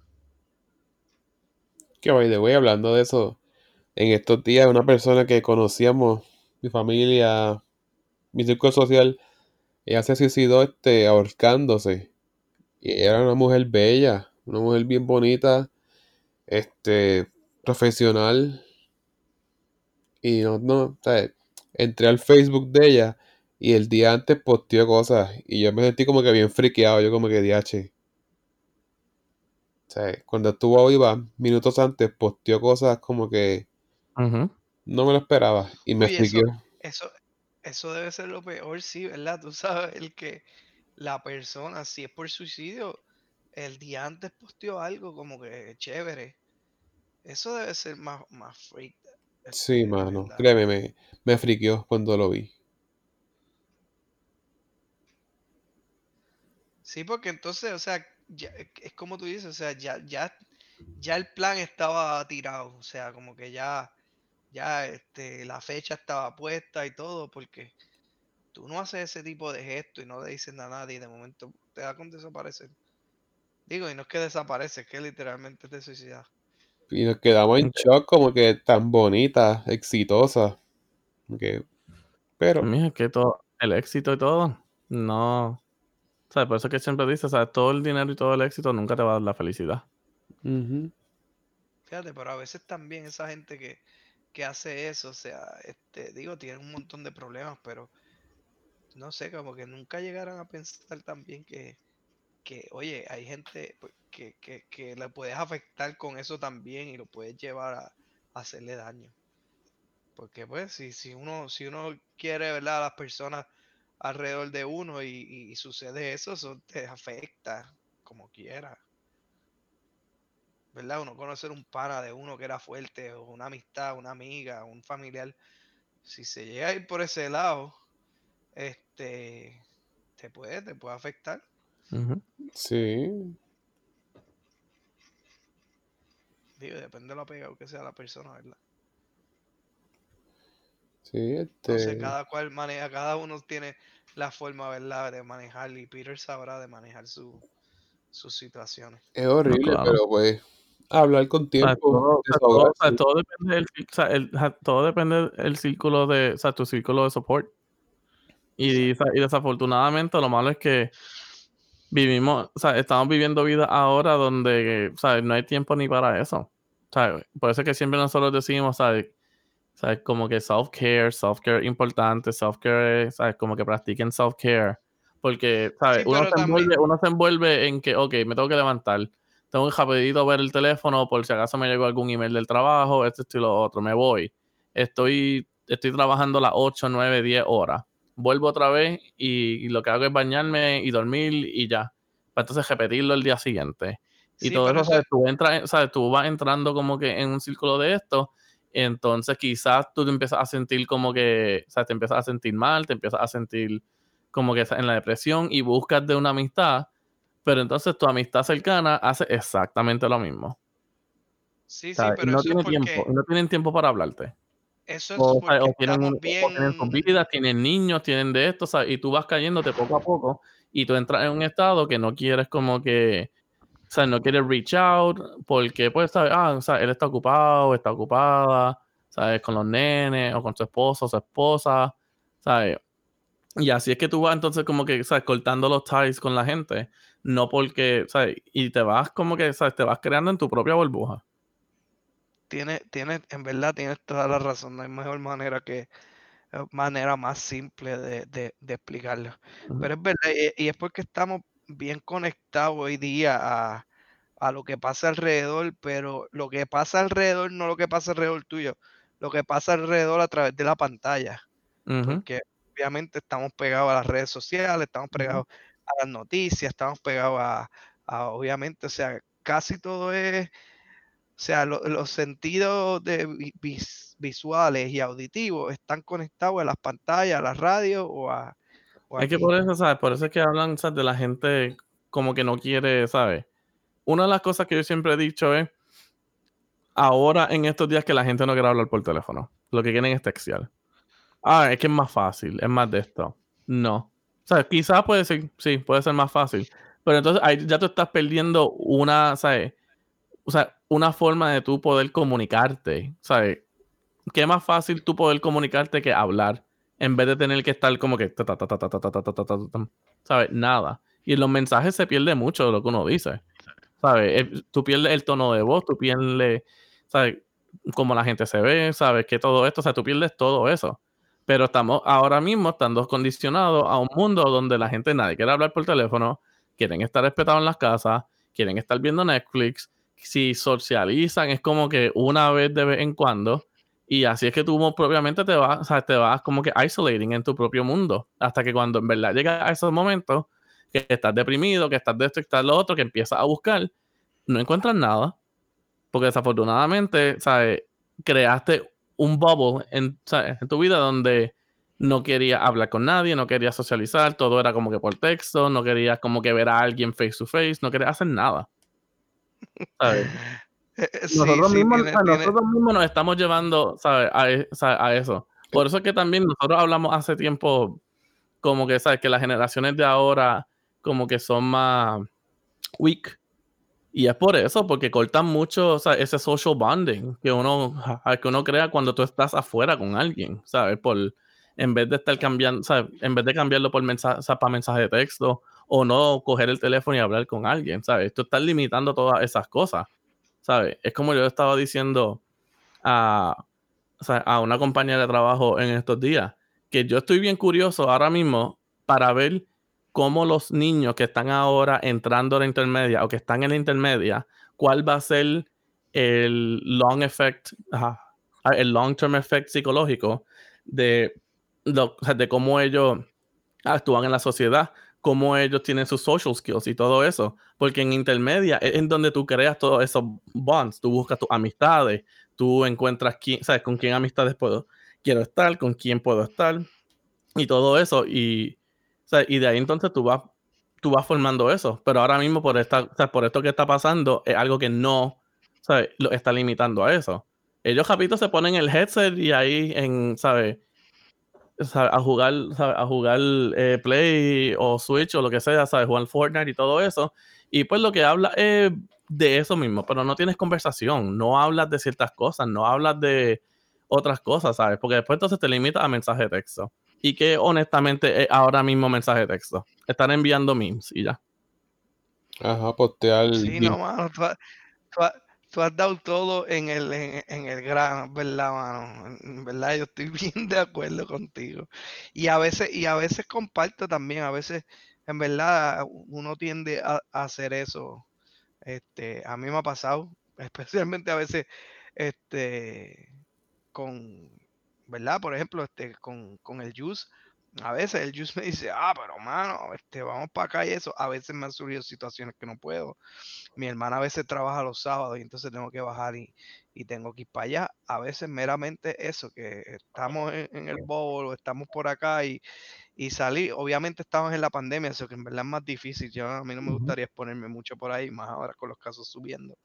Que by the way, hablando de eso, en estos días una persona que conocíamos, mi familia, mi círculo social, ella se suicidó ahorcándose. Y era una mujer bella, una mujer bien bonita, profesional. Y o sea, entré al Facebook de ella y el día antes posteó cosas y yo me sentí como que bien friqueado, yo como que DH. O sea, cuando estuvo viva, minutos antes, posteó cosas como que no me lo esperaba y me Uy, friqueó. eso debe ser lo peor, sí, ¿verdad? Tú sabes, el que la persona, si es por suicidio, el día antes posteó algo como que chévere. Eso debe ser más freak. Sí, De mano, verdad. créeme, me friqueó cuando lo vi. Sí, porque entonces, o sea, es como tú dices, o sea, ya el plan estaba tirado, o sea, como que ya la fecha estaba puesta y todo, porque tú no haces ese tipo de gesto y no le dices nada a nadie y de momento te da con desaparecer. Digo, y no es que desaparece, es que literalmente te suicidas. Y nos quedamos en shock como que tan bonita, exitosa. Pero... Mira, que todo, el éxito y todo, no. O sea, por eso que siempre dice, o sea, todo el dinero y todo el éxito nunca te va a dar la felicidad. Fíjate, pero a veces también esa gente que hace eso, o sea, digo, tienen un montón de problemas, pero no sé, como que nunca llegaran a pensar también que oye, hay gente pues, que le puedes afectar con eso también y lo puedes llevar a hacerle daño. Porque pues si uno quiere, ¿verdad? A las personas alrededor de uno y sucede eso te afecta como quiera. ¿Verdad? Uno conocer un pana de uno que era fuerte, o una amistad, una amiga, un familiar. Si se llega a ir por ese lado, te puede afectar. Sí. Digo, depende de lo apegado que sea la persona, ¿verdad? Sí, No sé, cada cual maneja, cada uno tiene la forma, ¿verdad?, de manejar, y Peter sabrá de manejar sus situaciones. es horrible, No, claro. pero pues hablar con tiempo, desahogarse. Todo depende todo depende del círculo de, o sea, tu círculo de support. Y desafortunadamente lo malo es que vivimos, o sea, estamos viviendo vida ahora donde, o sea, no hay tiempo ni para eso. O sea, por eso es que siempre nosotros decimos, ¿sabes? ¿Sabes? Como que self-care importante, self-care, ¿sabes? Como que practiquen self-care. Porque, ¿sabes? Sí, pero también, Uno se envuelve en que, ok, me tengo que levantar. Tengo que rapidito ver el teléfono por si acaso me llegó algún email del trabajo, esto y lo otro. Me voy. Estoy trabajando las 8, 9, 10 horas. Vuelvo otra vez y lo que hago es bañarme y dormir y ya. Para entonces repetirlo el día siguiente. Y sí, todo pero eso, ¿sabes? Tú vas entrando como que en un círculo de esto. Entonces quizás tú te empiezas a sentir como que, o sea, te empiezas a sentir mal, te empiezas a sentir como que estás en la depresión y buscas de una amistad, pero entonces tu amistad cercana hace exactamente lo mismo. sí, sí, ¿Sabes? Y pero no eso es tiene tiempo, porque, y no tienen tiempo para hablarte. eso es O, ¿sabes? porque estamos o tienen sus bien, vidas, tienen niños, tienen de esto, ¿sabes? Y tú vas cayéndote poco a poco y tú entras en un estado que no quieres como que, o sea, no quieres reach out porque, pues, ¿sabes? O sea, él está ocupado, está ocupada, ¿sabes? Con los nenes o con su esposo, su esposa, ¿sabes? Y así es que tú vas entonces como que, ¿sabes? Cortando los ties con la gente, no porque, ¿sabes? Y te vas como que, ¿sabes? Te vas creando en tu propia burbuja. en verdad tienes toda la razón, no hay mejor manera más simple de explicarlo. Ujú. Pero es verdad, y es porque estamos bien conectados hoy día a lo que pasa alrededor, pero lo que pasa alrededor, no lo que pasa alrededor tuyo, lo que pasa alrededor a través de la pantalla, Ujú. porque obviamente estamos pegados a las redes sociales, estamos pegados a las noticias, estamos pegados obviamente, o sea, casi todo es, o sea, los sentidos visuales y auditivos están conectados a las pantallas, a las radios o Es que aquí. por eso, ¿sabes? Por eso es que hablan, ¿sabes? De la gente como que no quiere, ¿sabes? Una de las cosas que yo siempre he dicho es, ahora en estos días que la gente no quiere hablar por teléfono, lo que quieren es textear. Es que es más fácil, es más de esto. No. O sea, quizás puede ser, sí, puede ser más fácil. Pero entonces ahí ya tú estás perdiendo una, ¿sabes? O sea, una forma de tú poder comunicarte, ¿sabes? Qué más fácil tú poder comunicarte que hablar, en vez de tener que estar como que, ¿sabes? Nada. Y en los mensajes se pierde mucho de lo que uno dice, ¿sabes? Tú pierdes el tono de voz, tú pierdes, ¿sabes? Cómo la gente se ve, ¿sabes? Que todo esto, o sea, tú pierdes todo eso. Pero estamos ahora mismo estando condicionados a un mundo donde la gente nadie quiere hablar por teléfono, quieren estar respetados en las casas, quieren estar viendo Netflix. Si socializan es como que una vez de vez en cuando. Y así es que tú propiamente te vas, o sea, te vas como que isolating en tu propio mundo. Hasta que cuando en verdad llega a esos momentos que estás deprimido, que estás de esto, que estás de lo otro, que empiezas a buscar, no encuentras nada. Porque desafortunadamente, ¿sabes? Creaste un bubble ¿sabes? En tu vida donde no querías hablar con nadie, no querías socializar, todo era como que por texto, no querías como que ver a alguien face to face, no querías hacer nada. ¿Sabes? Sí, sí, Nosotros mismos nos estamos llevando, ¿sabes? A eso. Por eso es que también nosotros hablamos hace tiempo como que, ¿sabes? Que las generaciones de ahora como que son más weak. Y es por eso, porque cortan mucho, o sea, ese social bonding que uno crea cuando tú estás afuera con alguien, ¿sabes? En vez de estar cambiando, ¿sabes? En vez de cambiarlo por mensaje, o sea, para mensaje de texto o no coger el teléfono y hablar con alguien, ¿sabes? Tú estás limitando todas esas cosas, ¿sabes? Es como yo estaba diciendo a, o sea, a una compañera de trabajo en estos días, que yo estoy bien curioso ahora mismo para ver cómo los niños que están ahora entrando a la intermedia o que están en la intermedia, cuál va a ser el el long term effect psicológico de, o sea, de cómo ellos actúan en la sociedad, cómo ellos tienen sus social skills y todo eso. Porque en intermedia es en donde tú creas todos esos bonds, tú buscas tus amistades, tú encuentras quién, sabes, con quién amistades quiero estar, con quién puedo estar y todo eso. O sea, y de ahí entonces tú vas formando eso. Pero ahora mismo o sea, por esto que está pasando es algo que no, ¿sabes? Lo está limitando a eso. Ellos rapidito se ponen el headset y ahí ¿sabes? A jugar, ¿sabes? A jugar Play o Switch o lo que sea, ¿sabes? Jugar Fortnite y todo eso. Y pues lo que habla es de eso mismo, pero no tienes conversación, no hablas de ciertas cosas, no hablas de otras cosas, ¿sabes? Porque después entonces te limitas a mensaje de texto. Y que honestamente es ahora mismo mensaje de texto. Están enviando memes y ya. Ajá, postear sí, no, mano, tú tú has dado todo en el grano, ¿verdad, mano? En verdad, yo estoy bien de acuerdo contigo. Y a veces comparto también, a veces, en verdad, uno tiende a hacer eso. A mí me ha pasado, especialmente a veces, con, ¿verdad? Por ejemplo, con el Juice. A veces el Juice me dice, pero mano, vamos para acá y eso. A veces me han surgido situaciones que no puedo. Mi hermana a veces trabaja los sábados y entonces tengo que bajar y tengo que ir para allá. A veces meramente eso, que estamos en el bowl o estamos por acá y salir. Obviamente estamos en la pandemia, eso que en verdad es más difícil. A mí no me gustaría exponerme mucho por ahí, más ahora con los casos subiendo.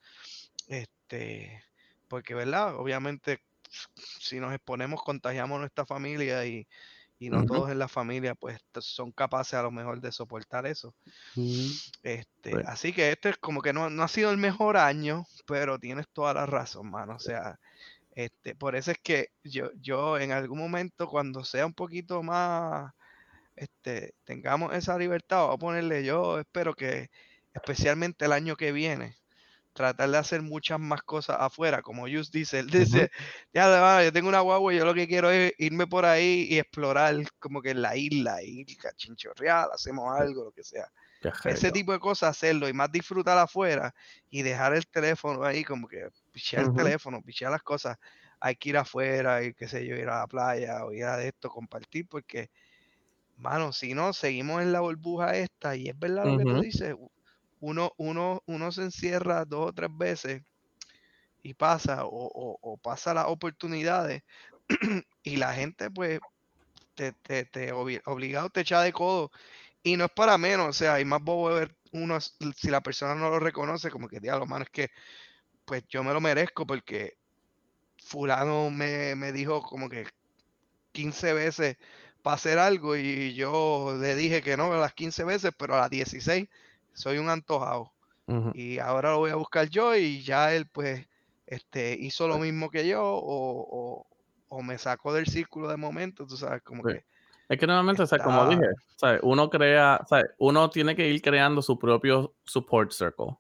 Porque, ¿verdad? Obviamente, si nos exponemos, contagiamos a nuestra familia y no todos en la familia pues son capaces a lo mejor de soportar eso. Así que este es como que no ha sido el mejor año, pero tienes toda la razón, mano. O sea, por eso es que yo en algún momento, cuando sea un poquito más, tengamos esa libertad, voy a ponerle, yo espero que especialmente el año que viene, tratar de hacer muchas más cosas afuera, como Just dice, él dice, yo tengo una guagua y yo lo que quiero es irme por ahí y explorar como que en la isla, y chinchorrear, hacemos algo, lo que sea. Ese tipo de cosas, hacerlo y más disfrutar afuera y dejar el teléfono ahí, como que pichear el teléfono, pichear las cosas. Hay que ir afuera y qué sé yo, ir a la playa o ir a esto, compartir, porque, mano, si no, seguimos en la burbuja esta y es verdad lo que tú dices. Uno se encierra 2 o 3 veces y pasa o pasa las oportunidades y la gente pues obligado te echa de codo y no es para menos, o sea, hay más bobo de ver uno si la persona no lo reconoce como que diablo, mano, es que pues yo me lo merezco porque fulano me dijo como que 15 veces para hacer algo y yo le dije que no a las 15 veces, pero a las 16 soy un antojado. Y ahora lo voy a buscar yo y ya él pues hizo lo mismo que yo o me sacó del círculo de momento, tú sabes, como que es que normalmente, o sea, como dije, ¿sabes? Uno crea, ¿sabes? Uno tiene que ir creando su propio support circle.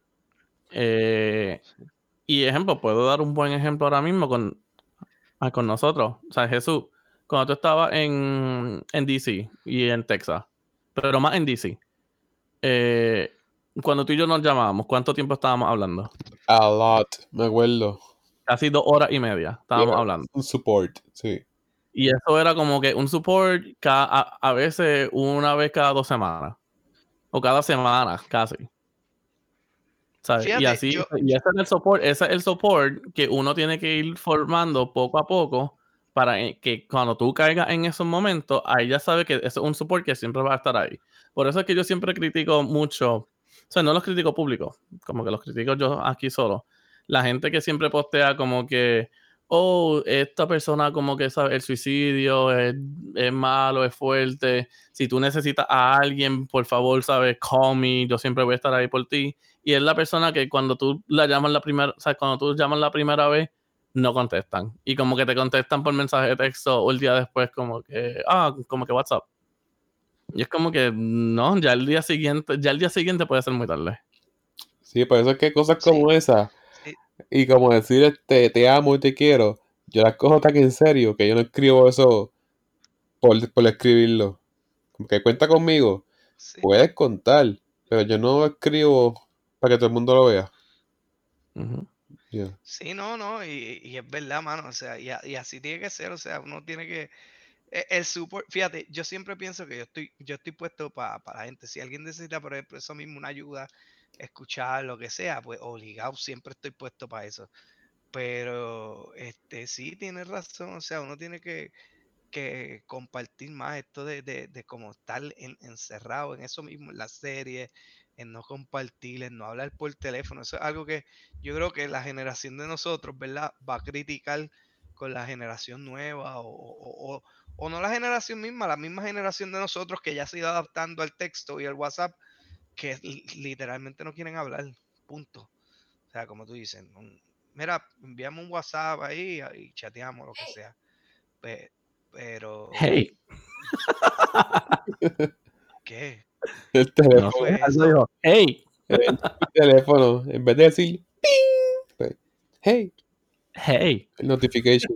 Y ejemplo, puedo dar un buen ejemplo ahora mismo con nosotros. O sea, Jesús, cuando tú estabas en DC y en Texas, pero más en DC, cuando tú y yo nos llamábamos, ¿cuánto tiempo estábamos hablando? A lot, me acuerdo. Casi 2 horas y media estábamos hablando. Un support, sí. Y eso era como que un support a veces una vez cada 2 semanas. O cada semana, casi. ¿Sabes? Fíjate, y así, y ese es el support que uno tiene que ir formando poco a poco para que cuando tú caigas en esos momentos, ahí ya sabes que ese es un support que siempre va a estar ahí. Por eso es que yo siempre critico mucho, o sea, no los critico públicos, como que los critico yo aquí solo. La gente que siempre postea como que, esta persona como que sabe, el suicidio es malo, es fuerte. Si tú necesitas a alguien, por favor, sabes, call me, yo siempre voy a estar ahí por ti. Y es la persona que cuando tú la llamas cuando tú llamas la primera vez, no contestan. Y como que te contestan por mensaje de texto o el día después como que WhatsApp. Y es como que no, ya el día siguiente puede ser muy tarde. Sí, por eso es que hay cosas como esa. Y como decir te amo y te quiero, yo las cojo tan en serio que yo no escribo eso por escribirlo. Como que cuenta conmigo. Puedes contar, pero yo no escribo para que todo el mundo lo vea. Sí, no, y es verdad, mano, o sea, y así tiene que ser, o sea, uno tiene que, el support, fíjate, yo siempre pienso que yo estoy puesto para la gente, si alguien necesita, por ejemplo, eso mismo, una ayuda, escuchar, lo que sea, pues obligado, siempre estoy puesto para eso, pero, sí, tienes razón, o sea, uno tiene que compartir más esto de cómo estar encerrado en eso mismo, en la serie, en no compartir, en no hablar por teléfono. Eso es algo que yo creo que la generación de nosotros, ¿verdad? Va a criticar con la generación nueva o no la generación misma, la misma generación de nosotros que ya se ha ido adaptando al texto y al WhatsApp, que literalmente no quieren hablar, punto. O sea, como tú dices, mira, enviamos un WhatsApp ahí y chateamos, lo que sea. Pero... Hey. ¿Qué? El teléfono. No fue eso. Hey. El teléfono, en vez de decir ¡ping! Hey, Hey. notification.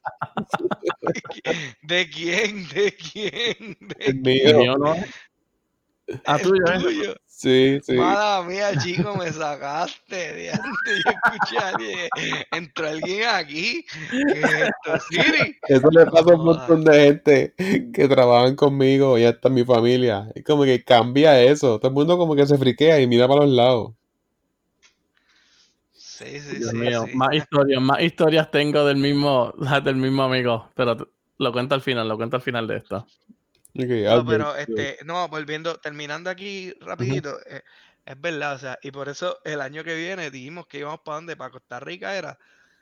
¿De quién? ¿De quién? ¿De El quién? El mío. mío no. Ah, El tuyo es. tuyo. Sí, sí. Mala mía, chico, me sacaste. Diante, yo escuché a alguien. Entró alguien aquí. ¿Qué es esto? Siri. Eso le pasa a un Joda. montón de gente que trabajan conmigo y hasta mi familia. Es como que cambia eso. Todo el mundo como que se friquea y mira para los lados. Sí, sí, Dios sí, mío, sí. más historias tengo del mismo amigo. Pero lo cuento al final de esto. Ok, No, Albert. pero no, terminando aquí rapidito, es verdad, o sea, y por eso el año que viene dijimos que íbamos para dónde, para Costa Rica era,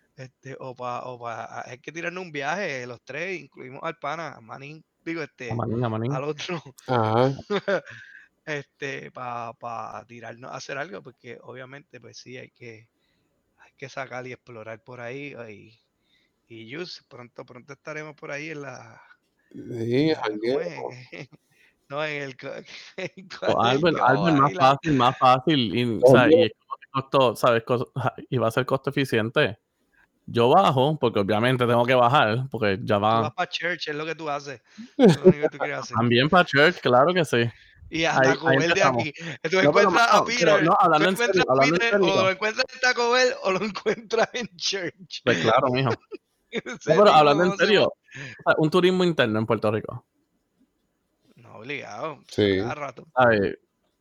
hay que tirarnos un viaje, los tres, incluimos al pana, a Manín, digo, A Manín. al otro, Ajá. para tirarnos a hacer algo, porque obviamente, pues sí, hay que sacar y explorar por ahí, y Jus, pronto estaremos por ahí Sí, ¿cómo jangueo. es? No, en el O ¿cuál es el que vamos Albert, ahí? más fácil. Y, o sea, y es como que costó, ¿sabes? Y va a ser costo eficiente. Yo bajo, porque obviamente tengo que bajar, porque ya Tú vas va. para church, es lo que tú haces. Es lo único que tú quieres hacer. También para Church, claro que sí. Y a Ahí Taco Bell de empezamos. aquí. Tú No, pero encuentras a mano, pero Peter, no, tú hablando en encuentras serio, a Peter, o lo encuentras en Taco Bell o lo encuentras en church. Pues claro, mijo. No, Ese pero tipo hablando en no se serio, va. o sea, un turismo interno en Puerto Rico. No, obligado. Sí. Cada rato. ¿Sabes?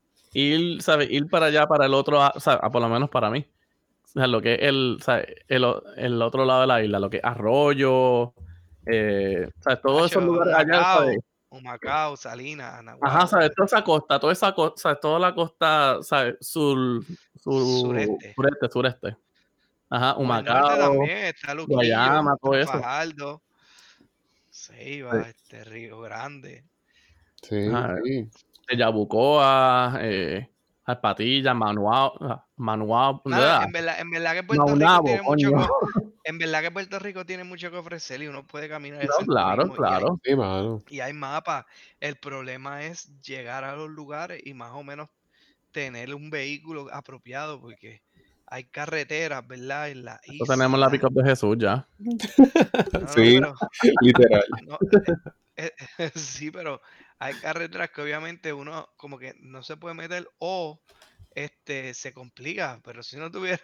Ir para allá, para el otro, o sea, por lo menos para mí. O sea, lo que es el otro lado de la isla, lo que es Arroyo, o sea, todos esos lugares allá, ¿sabes? Humacao, Salinas, Ajá, Anaguabo, ¿sabes? Toda esa costa, ¿sabes? Toda la costa, ¿sabes? sureste. Sureste. Ajá, O el norte Humacao, también, está Luquillo, Guayama, todo está eso. Fajardo, Ceiba, Río Grande. Sí, Ajá, sí. de Yabucoa, Patilla, Manuao, Mano, en verdad que Puerto Rico Maunabo, tiene mucho coño. en verdad que Puerto Rico tiene mucho que ofrecer y uno puede caminar y No, hacer claro, turismo claro. Sí, mano. y hay mapas. El problema es llegar a los lugares y más o menos tener un vehículo apropiado porque hay carreteras, ¿verdad? En la Nosotros tenemos la isla. pick-up de Jesús ya. No, Sí, pero literal. no, sí, pero hay carreteras que obviamente uno como que no se puede meter o se complica, pero si no tuviera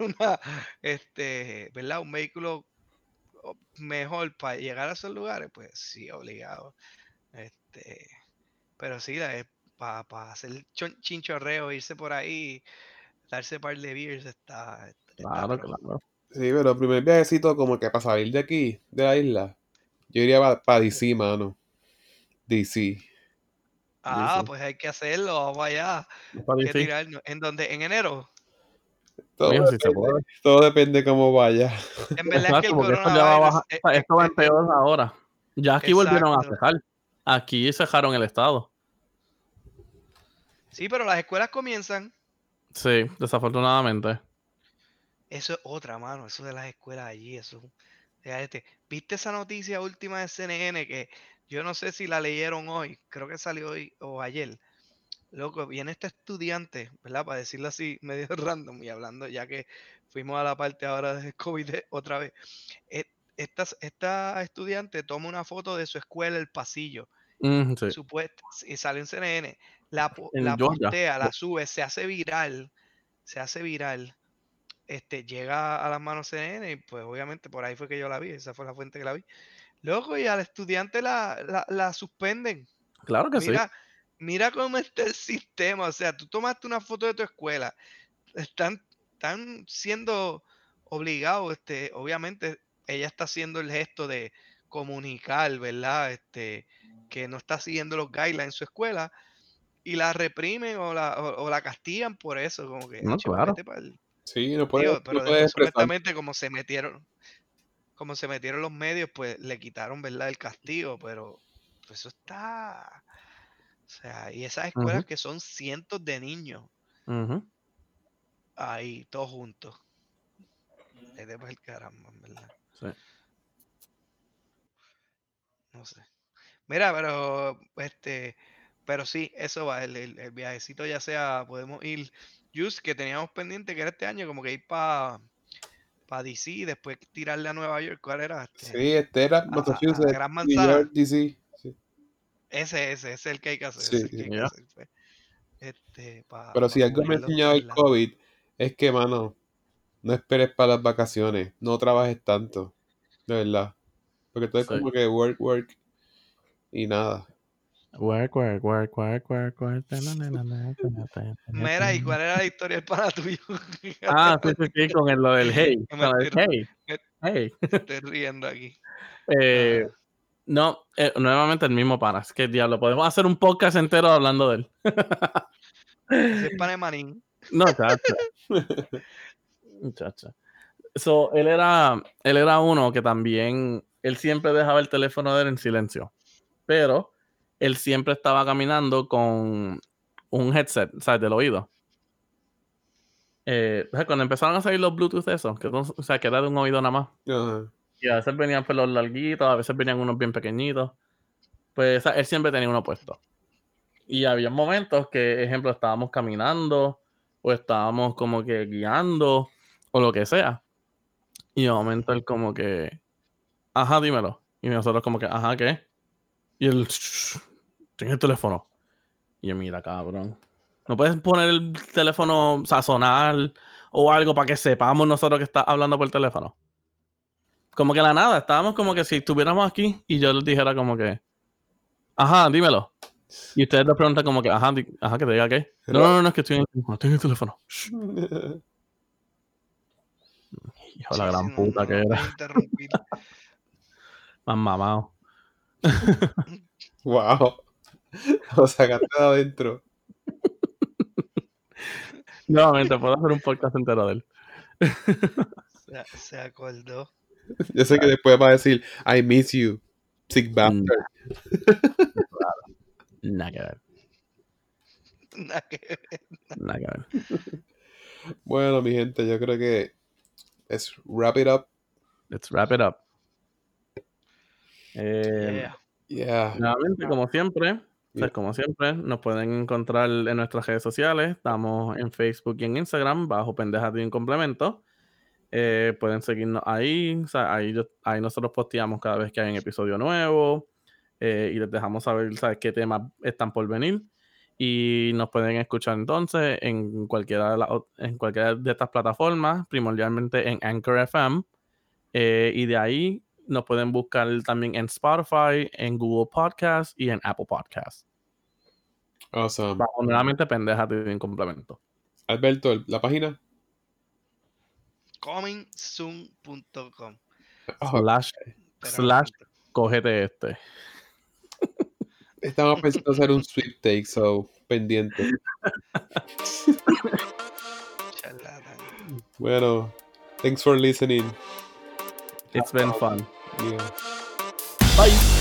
¿verdad? Un vehículo mejor para llegar a esos lugares, pues sí, obligado. Este, pero sí, para hacer chinchorreo, irse por ahí, darse par de beers, está Claro, pro. claro. Sí, pero el primer viajecito como que para salir de aquí, de la isla, yo iría para DC, mano. DC. Ah, DC. pues hay que hacerlo, vamos allá. Para Hay que decir, tirarnos. ¿En dónde? ¿En enero? mijo, si se puede. Todo depende cómo vaya. En verdad es que Exacto, el porque esto ya va a bajar. coronavirus O sea, esto va en peor ahora. Ya aquí volvieron a exacto. cejar. Aquí cejaron el estado. Sí, pero las escuelas comienzan. Sí, desafortunadamente. Eso es otra mano, eso de las escuelas allí, eso. ¿Viste esa noticia última de CNN que yo no sé si la leyeron hoy, creo que salió hoy o ayer? Loco, viene este estudiante, ¿verdad? Para decirlo así, medio random y hablando, ya que fuimos a la parte ahora del COVID otra vez. Eh, esta estudiante toma una foto de su escuela, el pasillo, Sí. y sale en CNN, la En Georgia. postea, la sube, se hace viral, llega a las manos CNN y pues obviamente por ahí fue que yo la vi, esa fue la fuente que la vi. Loco, y al estudiante la suspenden. Claro que sí. Mira cómo está el sistema, o sea, tú tomaste una foto de tu escuela, están siendo obligados, obviamente ella está haciendo el gesto de comunicar, ¿verdad? Que no está siguiendo los guidelines en su escuela y la reprimen o la castigan por eso, como que, No, "Acho, claro. vete pa'l-". Sí, Digo, no pero puedes después expresar. supuestamente como se metieron los medios, pues le quitaron, ¿verdad? El castigo, pero pues, eso está, o sea, y esas escuelas que son cientos de niños Ujú. ahí, todos juntos. Vete pa'l caramba, en verdad. Sí. No sé. Mira, pero sí, eso va, el viajecito ya sea, podemos ir, just que teníamos pendiente que era este año, como que ir para DC y después tirarle a Nueva York. ¿Cuál era? Sí, este era Massachusetts, Gran New Manzana. York, DC. Sí. Ese es el que hay que hacer. Sí, ese es el que hay que ya. hacer, pues. Pero si algo me ha cubrirlo enseñado el todos lados. COVID es que, mano, no esperes para las vacaciones, no trabajes tanto, de verdad. Porque todo es Sí. como que work y nada. Work. Mira, ¿y cuál era la historia del pana tuyo? Ah, sí, con lo del hey. Que Con el hey. me Hey. estoy riendo aquí. Eh, Ajá. no, nuevamente el mismo pana. Es que diablo, podemos hacer un podcast entero hablando de él. Ese es pana de Manín. No, chacha. So, él era uno que también, él siempre dejaba el teléfono de él en silencio. Pero él siempre estaba caminando con un headset, ¿sabes? Del oído. Cuando empezaron a salir los Bluetooth esos, o sea, que era de un oído nada más. Ajá. Y a veces venían pelos larguitos, a veces venían unos bien pequeñitos. Pues o sea, él siempre tenía uno puesto. Y había momentos que, ejemplo, estábamos caminando o estábamos como que guiando o lo que sea. Y de momento él como que, ajá, dímelo. Y nosotros como que, ajá, ¿qué? Y él, tiene el teléfono. Y yo, mira, cabrón. ¿No puedes poner el teléfono, o sea, sonar o algo para que sepamos nosotros que está hablando por teléfono? Como que la nada, estábamos como que si estuviéramos aquí y yo les dijera como que, ajá, dímelo. Y ustedes les preguntan como que, ajá, que te diga qué. No, es que estoy en el teléfono, estoy en el teléfono. Hijo de la gran puta que era. Interrumpir. Más mamado. Wow. Lo sacaste de adentro. Nuevamente, puedo hacer un podcast entero de él. Se acordó. Yo sé que después va a decir, I miss you, sick bastard. Nada que ver. Nada que ver. Nada que ver. Bueno, mi gente, yo creo que let's wrap it up. Let's wrap it up. Yeah. Nuevamente, como siempre, nos pueden encontrar en nuestras redes sociales. Estamos en Facebook y en Instagram bajo Pendejas de un Complemento. Pueden seguirnos ahí. O sea, ahí nosotros posteamos cada vez que hay un episodio nuevo. Y les dejamos saber, ¿sabes?, qué temas están por venir. Y nos pueden escuchar entonces en cualquiera de estas plataformas, primordialmente en Anchor FM. Y de ahí nos pueden buscar también en Spotify, en Google Podcasts y en Apple Podcasts. Awesome. Bajo nuevamente Pendejas de un Complemento. Alberto, la página. comingsoon.com / cógete este. Estamos pensando hacer un sweepstakes, so pendiente. Bueno, thanks for listening. It's been fun. Yeah. Bye.